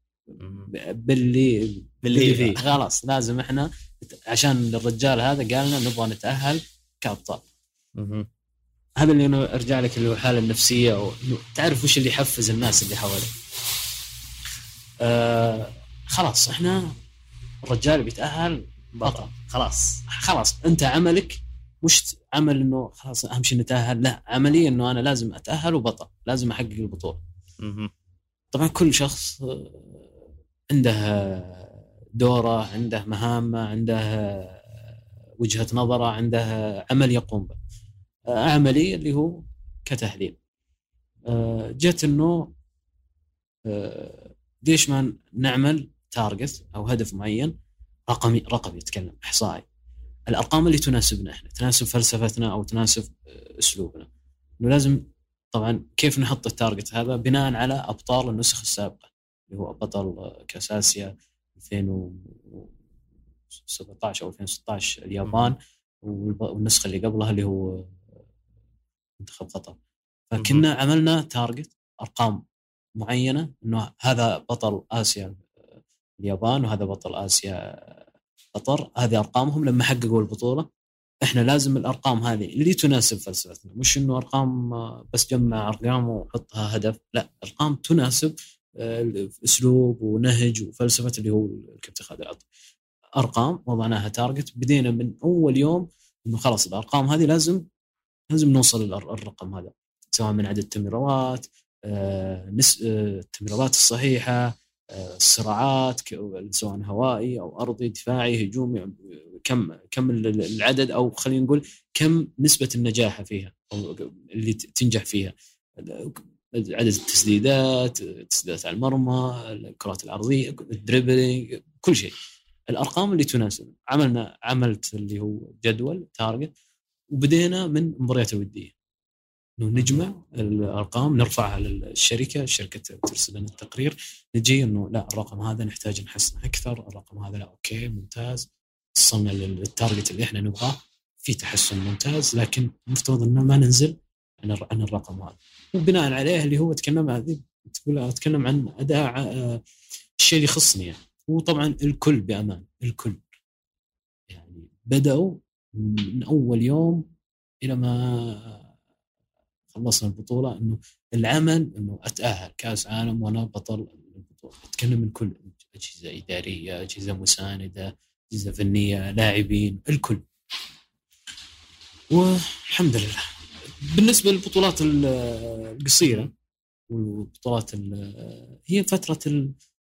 باللي فيه. خلاص لازم إحنا عشان الرجال هذا قالنا نبغى نتأهل كأبطال. هذا اللي أنا أرجع لك اللي هو الحالة النفسية، أو تعرف وش اللي يحفز الناس اللي حواليك. خلاص إحنا الرجال بيتأهل بطل، خلاص أنت عملك مش عمل إنه خلاص أهم شيء نتأهل، لا، عملي إنه أنا لازم أتأهل وبطل، لازم أحقق البطولة. طبعا كل شخص عنده دوره، عنده مهامة، عنده وجهة نظره، عنده عمل يقوم به. عملي اللي هو كتحليل، جت إنه ليش ما نعمل تارجت أو هدف معين رقمي يتكلم إحصائي، الأرقام اللي تناسبنا إحنا، تناسب فلسفتنا أو تناسب أسلوبنا. إنه لازم طبعا كيف نحط التارجت هذا بناء على أبطال النسخ السابقة اللي هو بطل كأس آسيا 2017 أو 2016 اليابان، والنسخة اللي قبلها اللي هو منتخب قطر. فكنا عملنا تارجت أرقام معينه انه هذا بطل اسيا اليابان وهذا بطل اسيا قطر، هذه ارقامهم لما حققوا البطوله. احنا لازم الارقام هذه اللي تناسب فلسفتنا، مش انه ارقام بس جمع ارقام وحطها هدف، لا، ارقام تناسب اسلوب ونهج وفلسفه اللي هو الكابتن خالد العطر. ارقام وضعناها تارجت، بدينا من اول يوم انه خلاص الارقام هذه لازم نوصل الرقم هذا، سواء من عدد التمريرات، التمريرات الصحيحه، الصراعات سواء هوائي او ارضي، دفاعي، هجومي، كم العدد، او خلينا نقول كم نسبه النجاح فيها او اللي تنجح فيها، عدد التسديدات على المرمى، الكرات العرضيه، الدريبلينج، كل شيء. الارقام اللي تناسب. عملت اللي هو جدول تارجت، وبدينا من مباريات الوديه انه نجمع الارقام، نرفعها للشركه، الشركه ترسل لنا التقرير، نجي انه لا الرقم هذا نحتاج نحسن اكثر، الرقم هذا لا اوكي ممتاز، وصلنا للتارجت اللي احنا نبغاه، في تحسن ممتاز، لكن مفترض انه ما ننزل عن الرقم هذا. وبناء عليه اللي هو اتكلم عن اداء الشيء اللي يخصني يعني. وطبعا الكل بامان، الكل يعني بداوا من اول يوم الى ما خلصنا البطوله، انه العمل انه اتاهل كاس عالم وانا بطل البطوله. اتكلم من كل اجهزه اداريه، اجهزه مسانده، اجهزه فنيه، لاعبين، الكل. والحمد لله. بالنسبه للبطولات القصيره والبطولات هي فتره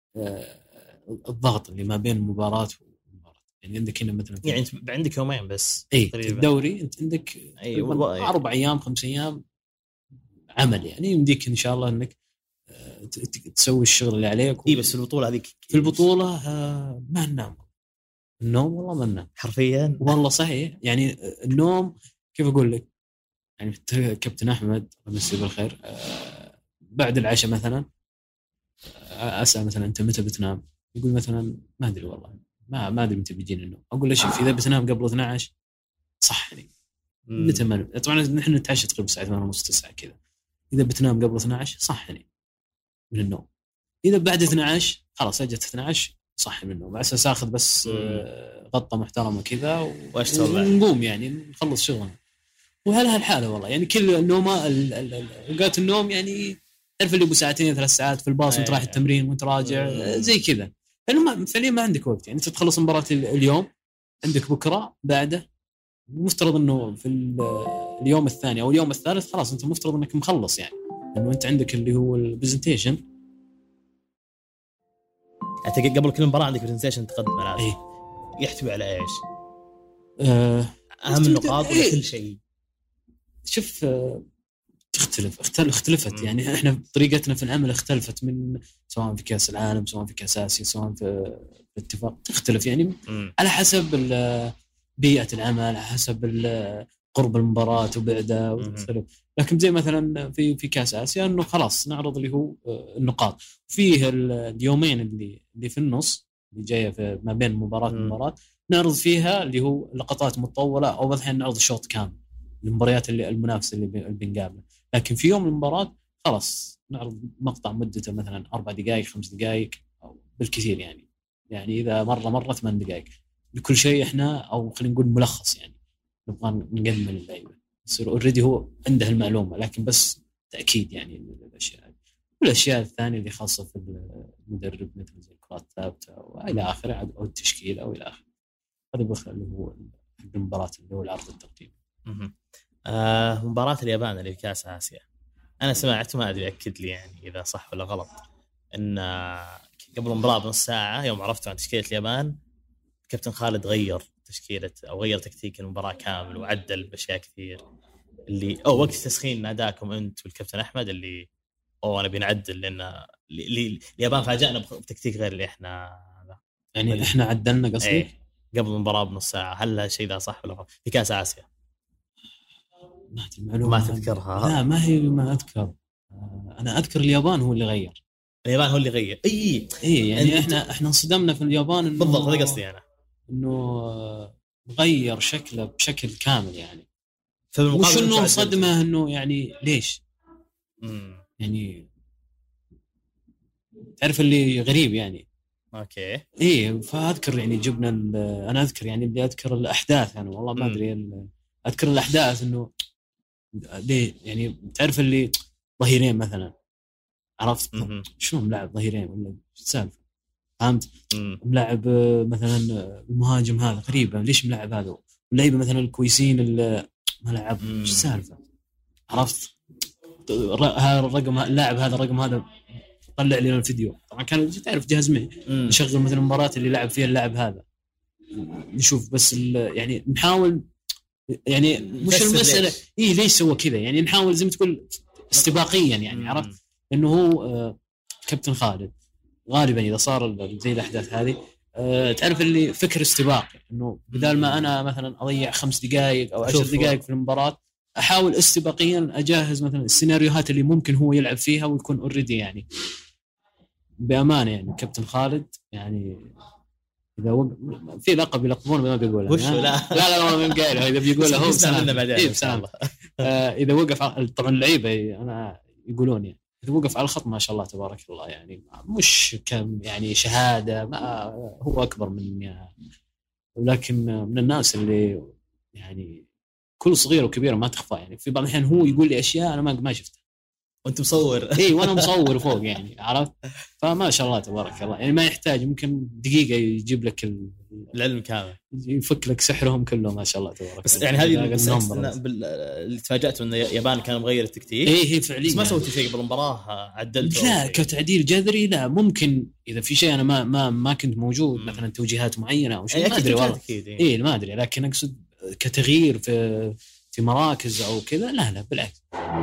الضغط اللي ما بين مباراه ومباراه، يعني عندك هنا مثلا يعني انت عندك يومين بس الدوري، انت عندك 4 ايام 5 ايام عمل، يعني يمديك ان شاء الله انك تسوي الشغل اللي عليك. بس في البطوله هذيك، في البطوله ما ننام. النوم والله ما ننام حرفيا، والله صحيح. يعني النوم كيف اقول لك، يعني كابتن احمد الله يمسيه بالخير، بعد العشاء مثلا اسال مثلا انت متى بتنام؟ يقول مثلا ما ادري والله، ما ادري متى بيجيني النوم. اقول له شوف، اذا بتنام قبل 12 صحني. متى ما طبعا نحن نتعشى تقريبا الساعه 8:30 9 كذا، اذا بتنام قبل 12 صحني من النوم. اذا بعد 12 خلاص اجت 12 صحي من النوم، على اساس اخذ بس غطه محترمه كذا ونقوم يعني نخلص شغلنا. وهذا الحاله والله، يعني كل النوم اوقات النوم يعني تعرف اللي ابو ساعتين 3 ساعات في الباص وانت رايح التمرين وانت راجع زي كذا، لانه فعليا ما عندك وقت. يعني انت تخلص مباراه اليوم، عندك بكره بعده، مفترض انه في اليوم الثاني او اليوم الثالث خلاص انت مفترض انك مخلص، يعني انه انت عندك اللي هو البرزنتيشن. انت قبل كل مباراه عندك برزنتيشن تقدم على يحتوي على ايش؟ اهم النقاط ولا كل شيء؟ شوف، اختلفت يعني احنا طريقتنا في العمل اختلفت، من سواء في كاس العالم، سواء في كاس اسيا، سواء في الاتفاق، تختلف يعني على حسب بيئة العمل، على حسب قرب المباراة وبعدها وتختلف. لكن زي مثلا في كاس اسيا انه خلاص نعرض اللي هو النقاط، فيه اليومين اللي في النص اللي جايه في ما بين مباراة ومباراة، نعرض فيها اللي هو لقطات مطولة، او بعض الأحيان نعرض شوط كامل المباريات المنافسة اللي بنقابله. لكن في يوم المباراة خلاص نعرض مقطع مدته مثلا 4 دقائق 5 دقائق أو بالكثير، يعني إذا مرة 8 دقائق لكل شيء. إحنا أو خلينا نقول ملخص، يعني نبغى نقدم للعيبة يصير اوريدي هو عنده المعلومة، لكن بس تأكيد يعني الأشياء والأشياء الثانية اللي خاصة في المدرب، مثل زي الكرات الثابتة وإلى آخره، أو التشكيل أو إلى آخره. هذا بخ اللي هو المباراة اللي هو العرض التقديم. مباراة اليابان اللي في كأس آسيا، أنا سمعت، ما أدري أكد لي يعني إذا صح ولا غلط، إن قبل المباراة بنص ساعة يوم عرفتوا عن تشكيلة اليابان، كابتن خالد غير تشكيلة أو غير تكتيك المباراة كامل وعدل بأشياء كثير، اللي وقت تسخين ناداكم أنت والكابتن أحمد اللي أنا بنعدل، لأن اليابان فاجأنا بتكتيك غير اللي إحنا يعني إحنا عدلنا قصدي قبل المباراة بنص ساعة. هل هالشيء ذا صح ولا غلط في كأس آسيا؟ ما تذكرها؟ لا ما هي، ما أذكر. أنا أذكر اليابان هو اللي غير. اليابان هو اللي غير. إيه يعني إحنا انصدمنا في اليابان إنه بالضبط، هذا قصدي أنا، إنه غير شكله بشكل كامل يعني. مش إنه صدمة إنه يعني ليش؟ يعني تعرف اللي غريب يعني. اوكي. ايه فاذكر يعني جبنا انا اذكر يعني اللي اذكر الاحداث يعني والله ما ادري اذكر الاحداث انه ليه يعني تعرف اللي ظهيرين مثلا عرفت شنو ملاعب ظهيرين ولا ايش السالفه فهمت ملاعب مثلا المهاجم هذا غريبه ليش ملاعب هذا اللعيبه مثلا الكويسين الملعب ايش السالفه عرفت هذا الرقم اللاعب هذا الرقم هذا طلع لي الفيديو طبعا كان تعرف جهاز معي نشغل مثلا المباراة اللي لعب فيها اللاعب هذا نشوف بس يعني نحاول يعني مش المسألة إيه ليش سوى كذا يعني نحاول زي ما تقول استباقيا يعني عرفت إنه هو كابتن خالد غالبا إذا صار زي الأحداث هذه تعرف اللي فكر استباقي إنه بدال ما أنا مثلا أضيع 5 دقائق أو 10 دقائق في المباراة أحاول استباقيا أجهز مثلا السيناريوهات اللي ممكن هو يلعب فيها ويكون أوريدي يعني بأمانة يعني كابتن خالد يعني إذا في لقب يلقبونه ما بيقوله وش لا ما قايله إذا بيقوله هو سلام بعدين إيه بسلام إذا وقف طبعا اللعيبة أنا يقولون يعني إذا وقف على الخط ما شاء الله تبارك الله يعني مش كم يعني شهادة ما هو أكبر من يعني ولكن من الناس اللي يعني كل صغير وكبير ما تخفى يعني في بعض الأحيان هو يقول لي أشياء أنا ما شفتها وانت مصور وانا مصور فوق يعني عرفت فما شاء الله تبارك الله يعني ما يحتاج ممكن دقيقه يجيب لك العلم كامل يفك لك سحرهم كله ما شاء الله تبارك بس يعني هذه اللي تفاجأت ان اليابان كان مغير التكتيك هي فعليا بس ما سويت شيء قبل المباراه عدلت لا كتعديل جذري لا ممكن اذا في شيء انا ما كنت موجود مثلا توجيهات معينه او شيء ما ادري والله ما ادري لكن اقصد كتغيير في مراكز او كذا لا بالعكس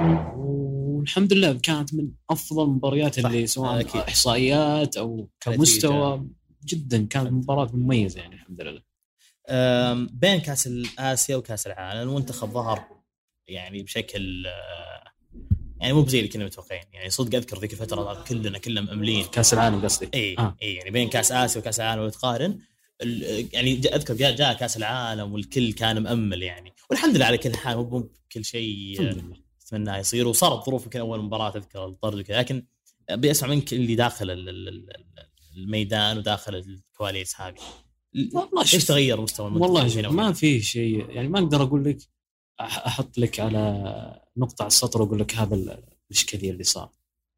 والحمد لله كانت من أفضل المباريات اللي سواء إحصائيات أو كمستوى جدا كانت مباراة مميزة يعني الحمد لله. بين كأس آسيا وكأس العالم المنتخب ظهر يعني بشكل يعني مو بزي اللي كنا متوقعين يعني صدق أذكر ذيك الفترة كلنا مأملين كأس العالم قصدي إيه يعني بين كأس آسيا وكأس العالم وتقارن يعني أذكر جاء كأس العالم والكل كان مأمل يعني والحمد لله على كل حال مو كل شيء أتمنى يصير وصارت ظروف يمكن أول مباراة أذكر الطرد لكن بيسمع منك اللي داخل الميدان وداخل الكواليس هذه والله إيش تغير مستوى المنتخب والله ما في شيء يعني ما أقدر أقول لك أحط لك على نقطة على السطر وأقول لك هذا الإشكالية اللي صار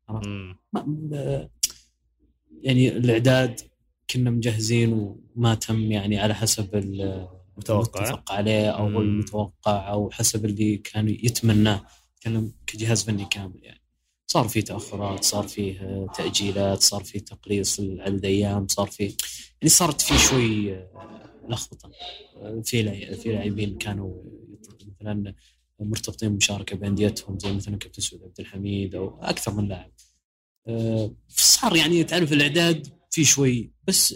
يعني الإعداد كنا مجهزين وما تم يعني على حسب المتفق عليه أو المتوقع أو حسب اللي كان يتمناه كجهاز فني كامل يعني صار فيه تأخرات صار فيه تأجيلات صار فيه تقليص عدد أيام صار فيه يعني صارت فيه شوي لخبطة في لاعبين كانوا مثلا مرتبطين بمشاركة بأنديتهم زي مثلا كابتن سعود عبد الحميد أو أكثر من لاعب صار يعني تعرف الإعداد فيه شوي بس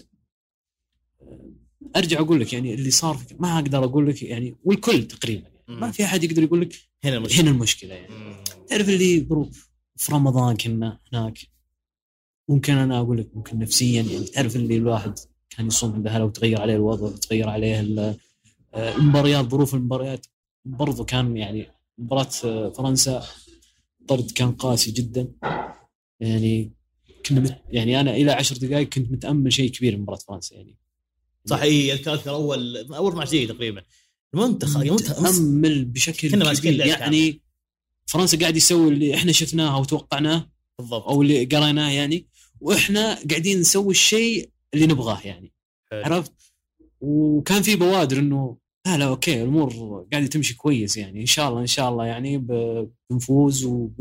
أرجع أقول لك يعني اللي صار ما أقدر أقول لك يعني والكل تقريبا يعني ما في أحد يقدر يقول لك هنا المشكلة يعني تعرف اللي ظروف في رمضان كنا هناك ممكن أنا أقول لك ممكن نفسيا يعني تعرف اللي الواحد كان يصوم عندها لو تغير عليه الوضع تغير عليه المباريات ظروف المباريات برضو كان يعني مباراة فرنسا طرد كان قاسي جدا يعني كنا يعني أنا إلى 10 دقائق كنت متأمل شيء كبير من مباراة فرنسا يعني صحيح أذكر أول مع جيد تقريبا المنتخب متأمل بشكل كبير يعني فرنسا قاعد يسوي اللي إحنا شفناه وتوقعناه بالضبط أو اللي قريناه يعني وإحنا قاعدين نسوي الشيء اللي نبغاه يعني عرفت وكان في بوادر إنه لا أوكي الأمور قاعدة تمشي كويس يعني إن شاء الله يعني بنفوز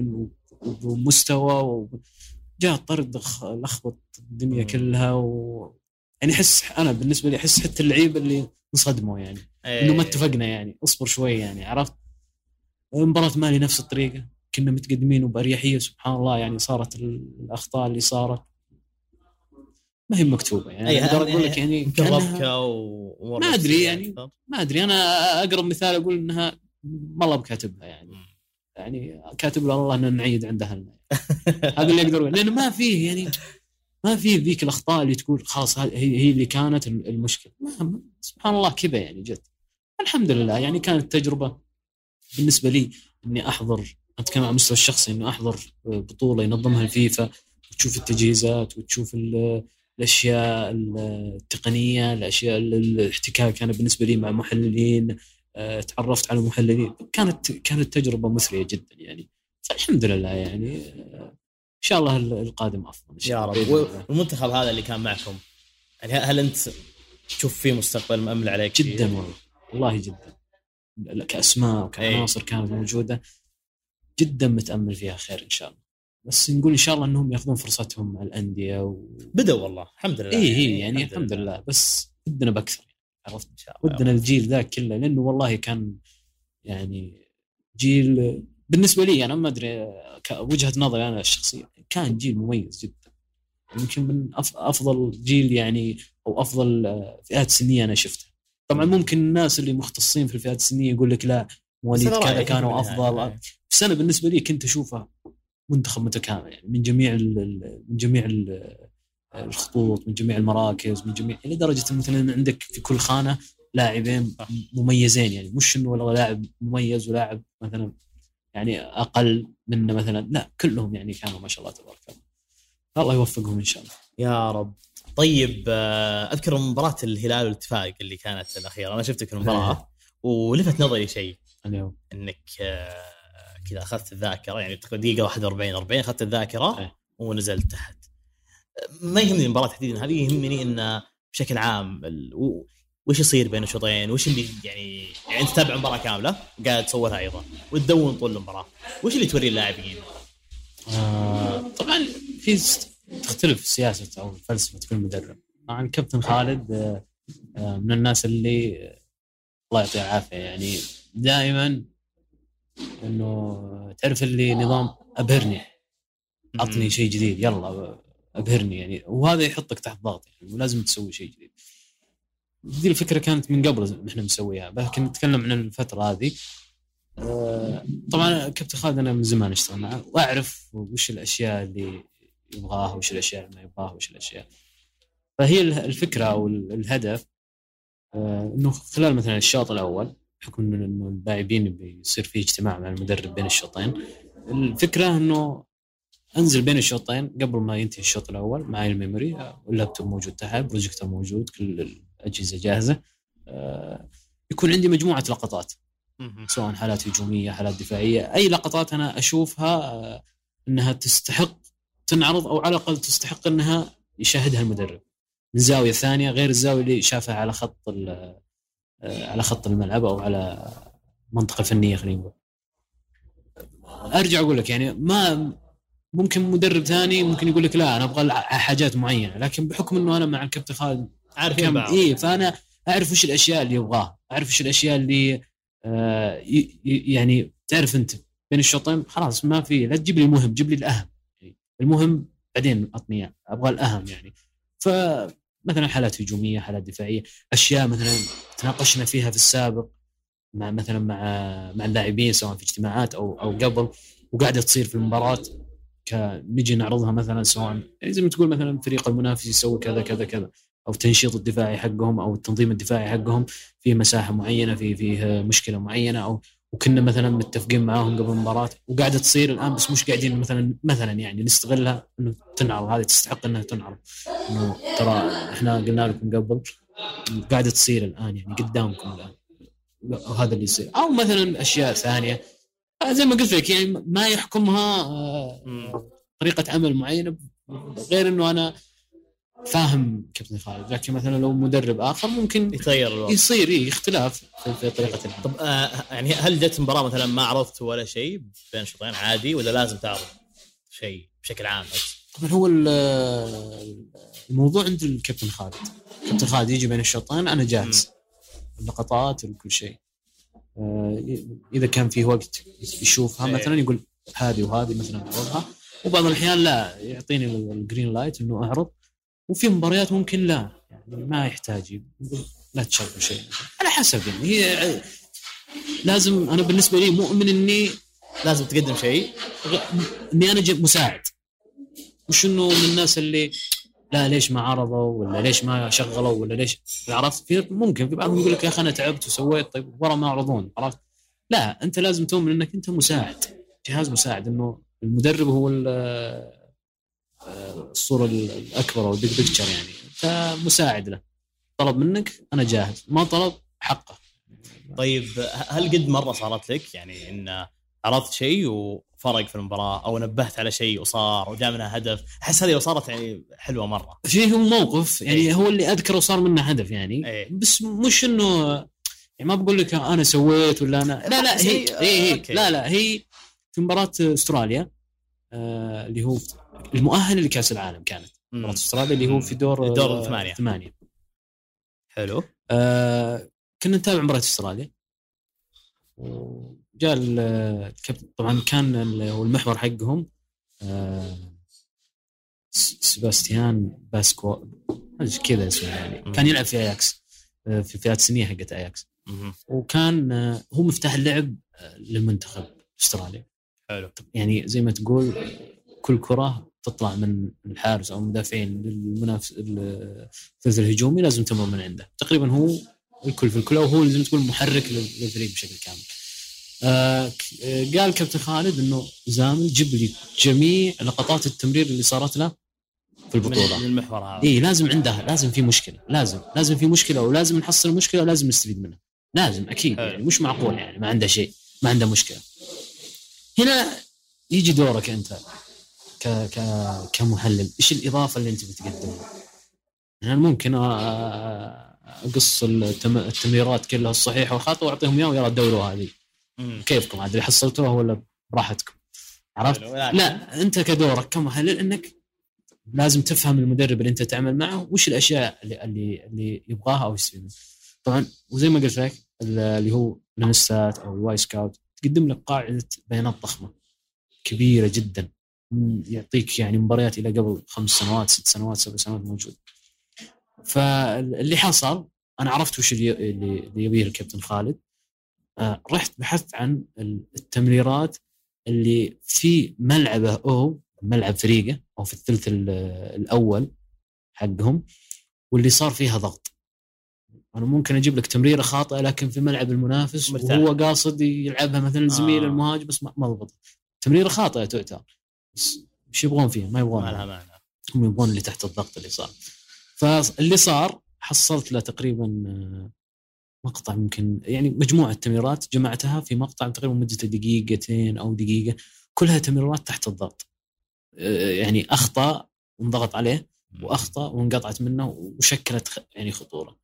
ومستوى جاء طرد لخبط الدنيا كلها يعني أنا بالنسبة لي أحس حتى اللعيبة اللي انصدموا يعني إنه ما اتفقنا يعني أصبر شوي يعني عرفت المباراة مالي نفس الطريقة كنا متقدمين وبأريحية سبحان الله يعني صارت الأخطاء اللي صارت ما هي مكتوبة يعني أقدر أقول لك يعني ما أدري يعني ما أدري أنا أقرب مثال أقول إنها والله بكاتبها يعني كاتب له الله أن نعيد عندها هذا اللي أقدر أقول لأنه ما فيه يعني ما فيه ذيك الأخطاء اللي تقول خلاص هي اللي كانت المشكلة سبحان الله كذا يعني جد الحمد لله يعني كانت تجربة بالنسبة لي إني أحضر أتكلم عن مستوى الشخصي إنه أحضر بطولة ينظمها الفيفا تشوف التجهيزات وتشوف الاشياء التقنيه، الاشياء الاحتكاك. انا بالنسبه لي مع محللين، تعرفت على محللين، كانت تجربه مثريه جدا يعني. فالحمد لله يعني ان شاء الله القادم افضل ان شاء الله. يا رب. والمنتخب هذا اللي كان معكم، يعني هل انت تشوف فيه مستقبل مأمل عليك؟ جدا والله جدا، كأسماء وكعناصر كانت موجودة، جدا متأمل فيها خير إن شاء الله. بس نقول إن شاء الله أنهم يأخذون فرصتهم مع الأندية بدأوا والله الحمد لله. يعني الحمد لله. بس بدنا بأكثر، عرفت إن شاء الله. بدنا الجيل ذا كله، لأنه والله كان يعني جيل بالنسبة لي أنا ما أدري، كوجهة نظري أنا الشخصية، كان جيل مميز جدا، يمكن من أفضل جيل يعني، أو أفضل فئات سنية أنا شفتها. طبعا ممكن الناس اللي مختصين في الفئات السنية يقول لك لا مواليد كذا كانوا أفضل، بس أنا بالنسبة لي كنت أشوفها منتخب متكامل يعني، من جميع الخطوط، من جميع المراكز، من جميع، إلى درجة مثلا عندك في كل خانة لاعبين مميزين يعني، مش إنه والله لاعب مميز ولاعب مثلا يعني أقل منه مثلا، لا كلهم يعني كانوا ما شاء الله تبارك الله. الله يوفقهم إن شاء الله يا رب. طيب أذكر مباراة الهلال والاتفاق اللي كانت الأخيرة، أنا شفتك المباراة ولفت نظري شيء اليوم، إنك كذا أخذت الذاكرة، يعني تقريبا دقيقة 41 أخذت الذاكرة ونزلت تحت. ما يهمني المباراة تحديدا هذه، يهمني إن بشكل عام وش يصير بين الشوطين، وش اللي يعني أنت تتابع المباراة كاملة قاعد تصورها أيضا وتدون طول المباراة، وش اللي توري اللاعبين؟ طبعا في تختلف سياسة أو فلسفة كل مدرب. طبعا كابتن خالد من الناس اللي الله يعطيه العافية يعني، دائما إنه تعرف اللي نظام أبهرني، أعطني شيء جديد، يلا أبهرني يعني، وهذا يحطك تحت ضغط يعني، ولازم تسوي شيء جديد. دي الفكرة كانت من قبل نحن مسويها، لكن نتكلم عن الفترة هذه. طبعا كابتن خالد أنا من زمان أشتغل معه، وأعرف وش الأشياء اللي يبغاها وش الأشياء اللي ما يبغاها وش الأشياء. فهي الفكرة أو الهدف إنه خلال مثلا الشوط الأول، بحكم إنه اللاعبين بيصير فيه اجتماع مع المدرب بين الشوطين، الفكرة إنه أنزل بين الشوطين قبل ما ينتهي الشوط الأول، معي الميموري واللابتوب موجود تحت، بروجيكتور موجود، كل الأجهزة جاهزة. يكون عندي مجموعة لقطات، سواء حالات هجومية، حالات دفاعية، أي لقطات أنا أشوفها أنها تستحق تنعرض، أو على الأقل تستحق أنها يشاهدها المدرب من زاوية ثانية غير الزاوية اللي شافها على خط الملعب أو على منطقة فنية. خلينا نقول، أرجع أقول لك يعني، ما ممكن مدرب ثاني ممكن يقول لك لا أنا أبغى حاجات معينة، لكن بحكم أنه أنا مع الكابتن خالد عارف فأنا أعرف وش الأشياء اللي يبغاها، أعرف وش الأشياء اللي يعني تعرف أنت بين الشوطين خلاص ما في، لا تجيب لي المهم، جيب لي الأهم، المهم بعدين أطنية، أبغى الأهم يعني. فمثلا حالات هجومية، حالات دفاعية، أشياء مثلا تناقشنا فيها في السابق مع مثلا مع اللاعبين، سواء في اجتماعات أو قبل، وقاعدة تصير في المباراة، نجي نعرضها مثلا، سواء يعني زي ما تقول مثلا الفريق المنافس يسوي كذا كذا كذا، او التنشيط الدفاعي حقهم او التنظيم الدفاعي حقهم في مساحه معينه، فيه مشكله معينه، او وكنا مثلا متفقين معاهم قبل المباراه وقاعده تصير الان، بس مش قاعدين مثلا يعني نستغلها انه تنعرض، هذه تستحق انها تنعرض، انه ترى احنا قلنا لكم قبل، قاعده تصير الان يعني قدامكم الان، وهذا اللي يصير. او مثلا اشياء ثانيه زي ما قلت لك يعني، ما يحكمها طريقة عمل معينة، غير إنه أنا فاهم كابتن خالد، لكن مثلا لو مدرب آخر ممكن يصير اختلاف في طريقة العمل. طب يعني هل جت مباراة مثلا ما عرضت ولا شيء بين شوطين عادي، ولا لازم تعرض شيء بشكل عام؟ طبعا هو الموضوع عند الكابتن خالد، كابتن خالد يجي بين الشوطين أنا جاهز، اللقطات وكل شيء. إذا كان فيه وقت يشوفها مثلا يقول هذه وهذه مثلا أعرضها، وبعض الأحيان لا يعطيني الجرين لايت إنه أعرض، وفي مباريات ممكن لا يعني ما يحتاج، لا تشغل شيء على حسب يعني. هي لازم، أنا بالنسبة لي مؤمن إني لازم تقدم شيء، إني أنا مساعد، مش إنه من الناس اللي لا ليش ما عرضوا ولا ليش ما شغلوا ولا ليش، عرفت؟ في ممكن في بعضهم يقول لك يا أخي أنا تعبت وسويت، طيب ورا ما يعرضون، عرفت؟ لا أنت لازم تؤمن إنك أنت مساعد، جهاز مساعد، إنه المدرب هو الصورة الأكبر أو البيج بيكتشر يعني، فمساعد له. طلب منك أنا جاهز، ما طلب حقه. طيب هل قد مرة صارت لك يعني إن عرضت شيء وفرق في المباراة، أو نبهت على شيء وصار وجاء منها هدف؟ أحس هذه صارت يعني حلوة مرة. فيه موقف يعني هو اللي أذكره صار منه هدف يعني، بس مش إنه يعني ما بقول لك أنا سويت ولا أنا، لا هي لا هي في مباراة أستراليا اللي هو المؤهل لكأس العالم، كانت مباراة أستراليا اللي هو في دور 8. حلو. كنا نتابع مباراة أستراليا، وجاء الكابتن طبعا كان المحور حقهم سيباستيان باسكو كذا اسمه يعني. كان يلعب في اياكس في الفئات السنيه حقت اياكس، وكان هو مفتاح اللعب للمنتخب استراليا. حلو. يعني زي ما تقول كل كره تطلع من الحارس او المدافعين للمنافس الثلث الهجومي لازم تمر من عنده تقريبا. هو الكل في الكل، وهو لازم تقول محرك للفريق بشكل كامل. قال كابتن خالد انه زامل جيب لي جميع لقطات التمرير اللي صارت له في البطوله. من المحور هذا لازم عندها، لازم في مشكله، لازم في مشكله، ولازم نحصل المشكله ولازم نستفيد منها، لازم اكيد يعني مش معقول يعني ما عنده شيء، ما عنده مشكله. هنا يجي دورك انت كمحلل، ايش الاضافه اللي انت بتقدمها؟ يعني ممكن اقص التمريرات كلها الصحيحه والخاطئه واعطيهم اياها ويلا دوروا هذه كيفكم عاد اللي حصلتوها ولا براحتكم، عرفت؟ لا انت كدورك كمحلل انك لازم تفهم المدرب اللي انت تعمل معه وش الاشياء اللي يبغاها او يستفيد. طبعا وزي ما قلت لك اللي هو الانستات او الواي سكاوت تقدم لك قاعده بيانات ضخمه كبيره جدا، يعطيك يعني مباريات الى قبل 5 سنوات 6 سنوات 7 سنوات موجود. فاللي حصل انا عرفت وش اللي يبيه الكابتن خالد. رحت بحثت عن التمريرات اللي في ملعبه او ملعب فريقه او في الثلث الاول حقهم واللي صار فيها ضغط. انا ممكن اجيب لك تمريره خاطئه لكن في ملعب المنافس وهو قاصد يلعبها مثلا زميل المهاجم بس ما ضبط، تمريره خاطئه تعتبر، بس مش يبغون فيها، ما يبغون، هم يبغون اللي تحت الضغط اللي صار. فاللي صار حصلت له تقريبا مقطع، يمكن يعني مجموعة تمريرات جمعتها في مقطع تقريبا مدته دقيقتين أو دقيقة، كلها تمريرات تحت الضغط. يعني أخطأ وانضغط عليه وأخطأ وانقطعت منه وشكلت يعني خطورة.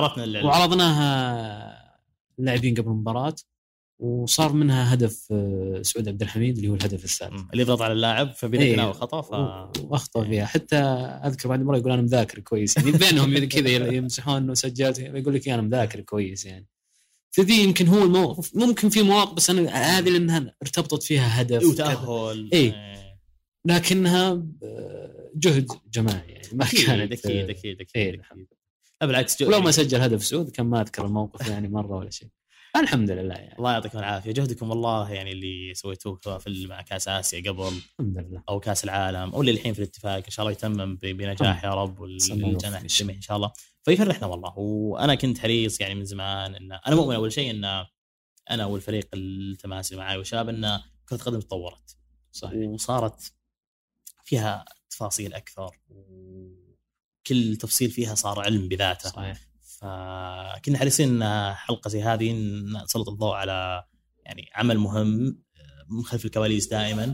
وعرضناها اللاعبين قبل المباراة وصار منها هدف سعود عبد الحميد اللي هو الهدف الثالث اللي يضغط على اللاعب فبدأنا خطأ واخطأ فيها. حتى اذكر بعد مره يقول انا مذاكر كويس يعني بينهم كذا يمسحون انه سجلت، يقول لك انا مذاكر كويس يعني. فذي يمكن هو الموقف، ممكن في مواقف بس انا هذه لانها ارتبطت فيها هدف وتأهل لكنها جهد جماعي يعني ما كانت اكيد بالعكس ولو ما سجل هدف سعود كان ما اذكر الموقف يعني مره ولا شيء. الحمد لله يعني. الله يعطيكم العافيه، جهدكم والله يعني اللي سويتوه سواء في مع كاس اسيا قبل الحمد لله او كاس العالم او اللي الحين في الاتفاق ان شاء الله يتمم بنجاح يا رب والجناح الجميع ان شاء الله. فيفرحنا والله. وانا كنت حريص يعني من زمان ان انا مؤمن اول شيء ان انا والفريق التماسي معي وشاب ان كرة القدم تطورت صحيح وصارت فيها تفاصيل اكثر وكل تفصيل فيها صار علم بذاته. صحيح. فكنا حريصين ان حلقه زي هذه نسلط الضوء على يعني عمل مهم من خلف الكواليس دائما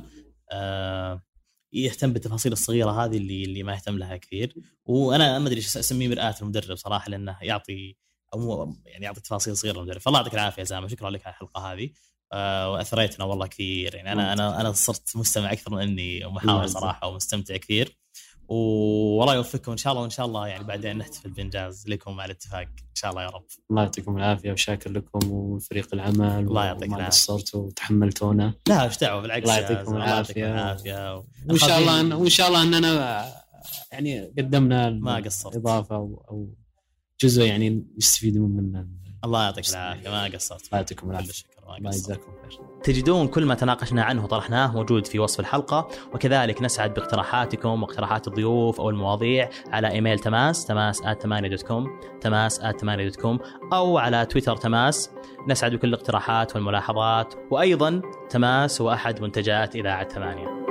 يهتم بالتفاصيل الصغيره هذه اللي ما يهتم لها كثير. وانا ما ادري ايش اسميه مرآة المدرب صراحه لانه يعطي او يعني يعطي تفاصيل صغيره للمدرب. فالله يعطيك العافيه يا زلمه، شكرا لك على الحلقه هذه واثريتنا والله كثير يعني. انا صرت مستمع اكثر من اني محاور صراحه ومستمتع كثير. والله يوفقكم ان شاء الله، وان شاء الله يعني بعدين نحتفل بانجاز لكم مع الاتفاق ان شاء الله يا رب. الله يعطيكم العافيه وشاكر لكم وفريق العمل. الله يعطيك العافيه، ما قصرتوا وتحملتونا. لا ايش دعوه بالعكس. الله يعطيكم العافيه وان شاء الله اننا يعني قدمنا ما قصرت اضافه او جزء يعني يستفيدون منه. الله يعطيك العافيه ما قصرت. الله يعطيكم العافيه. الله يجزاكم خير. تجدون كل ما تناقشنا عنه وطرحناه موجود في وصف الحلقة، وكذلك نسعد باقتراحاتكم واقتراحات الضيوف أو المواضيع على إيميل تماس@8.com تماس@8.com أو على تويتر تماس. نسعد بكل الاقتراحات والملاحظات. وأيضا تماس هو أحد منتجات إذاعة 8.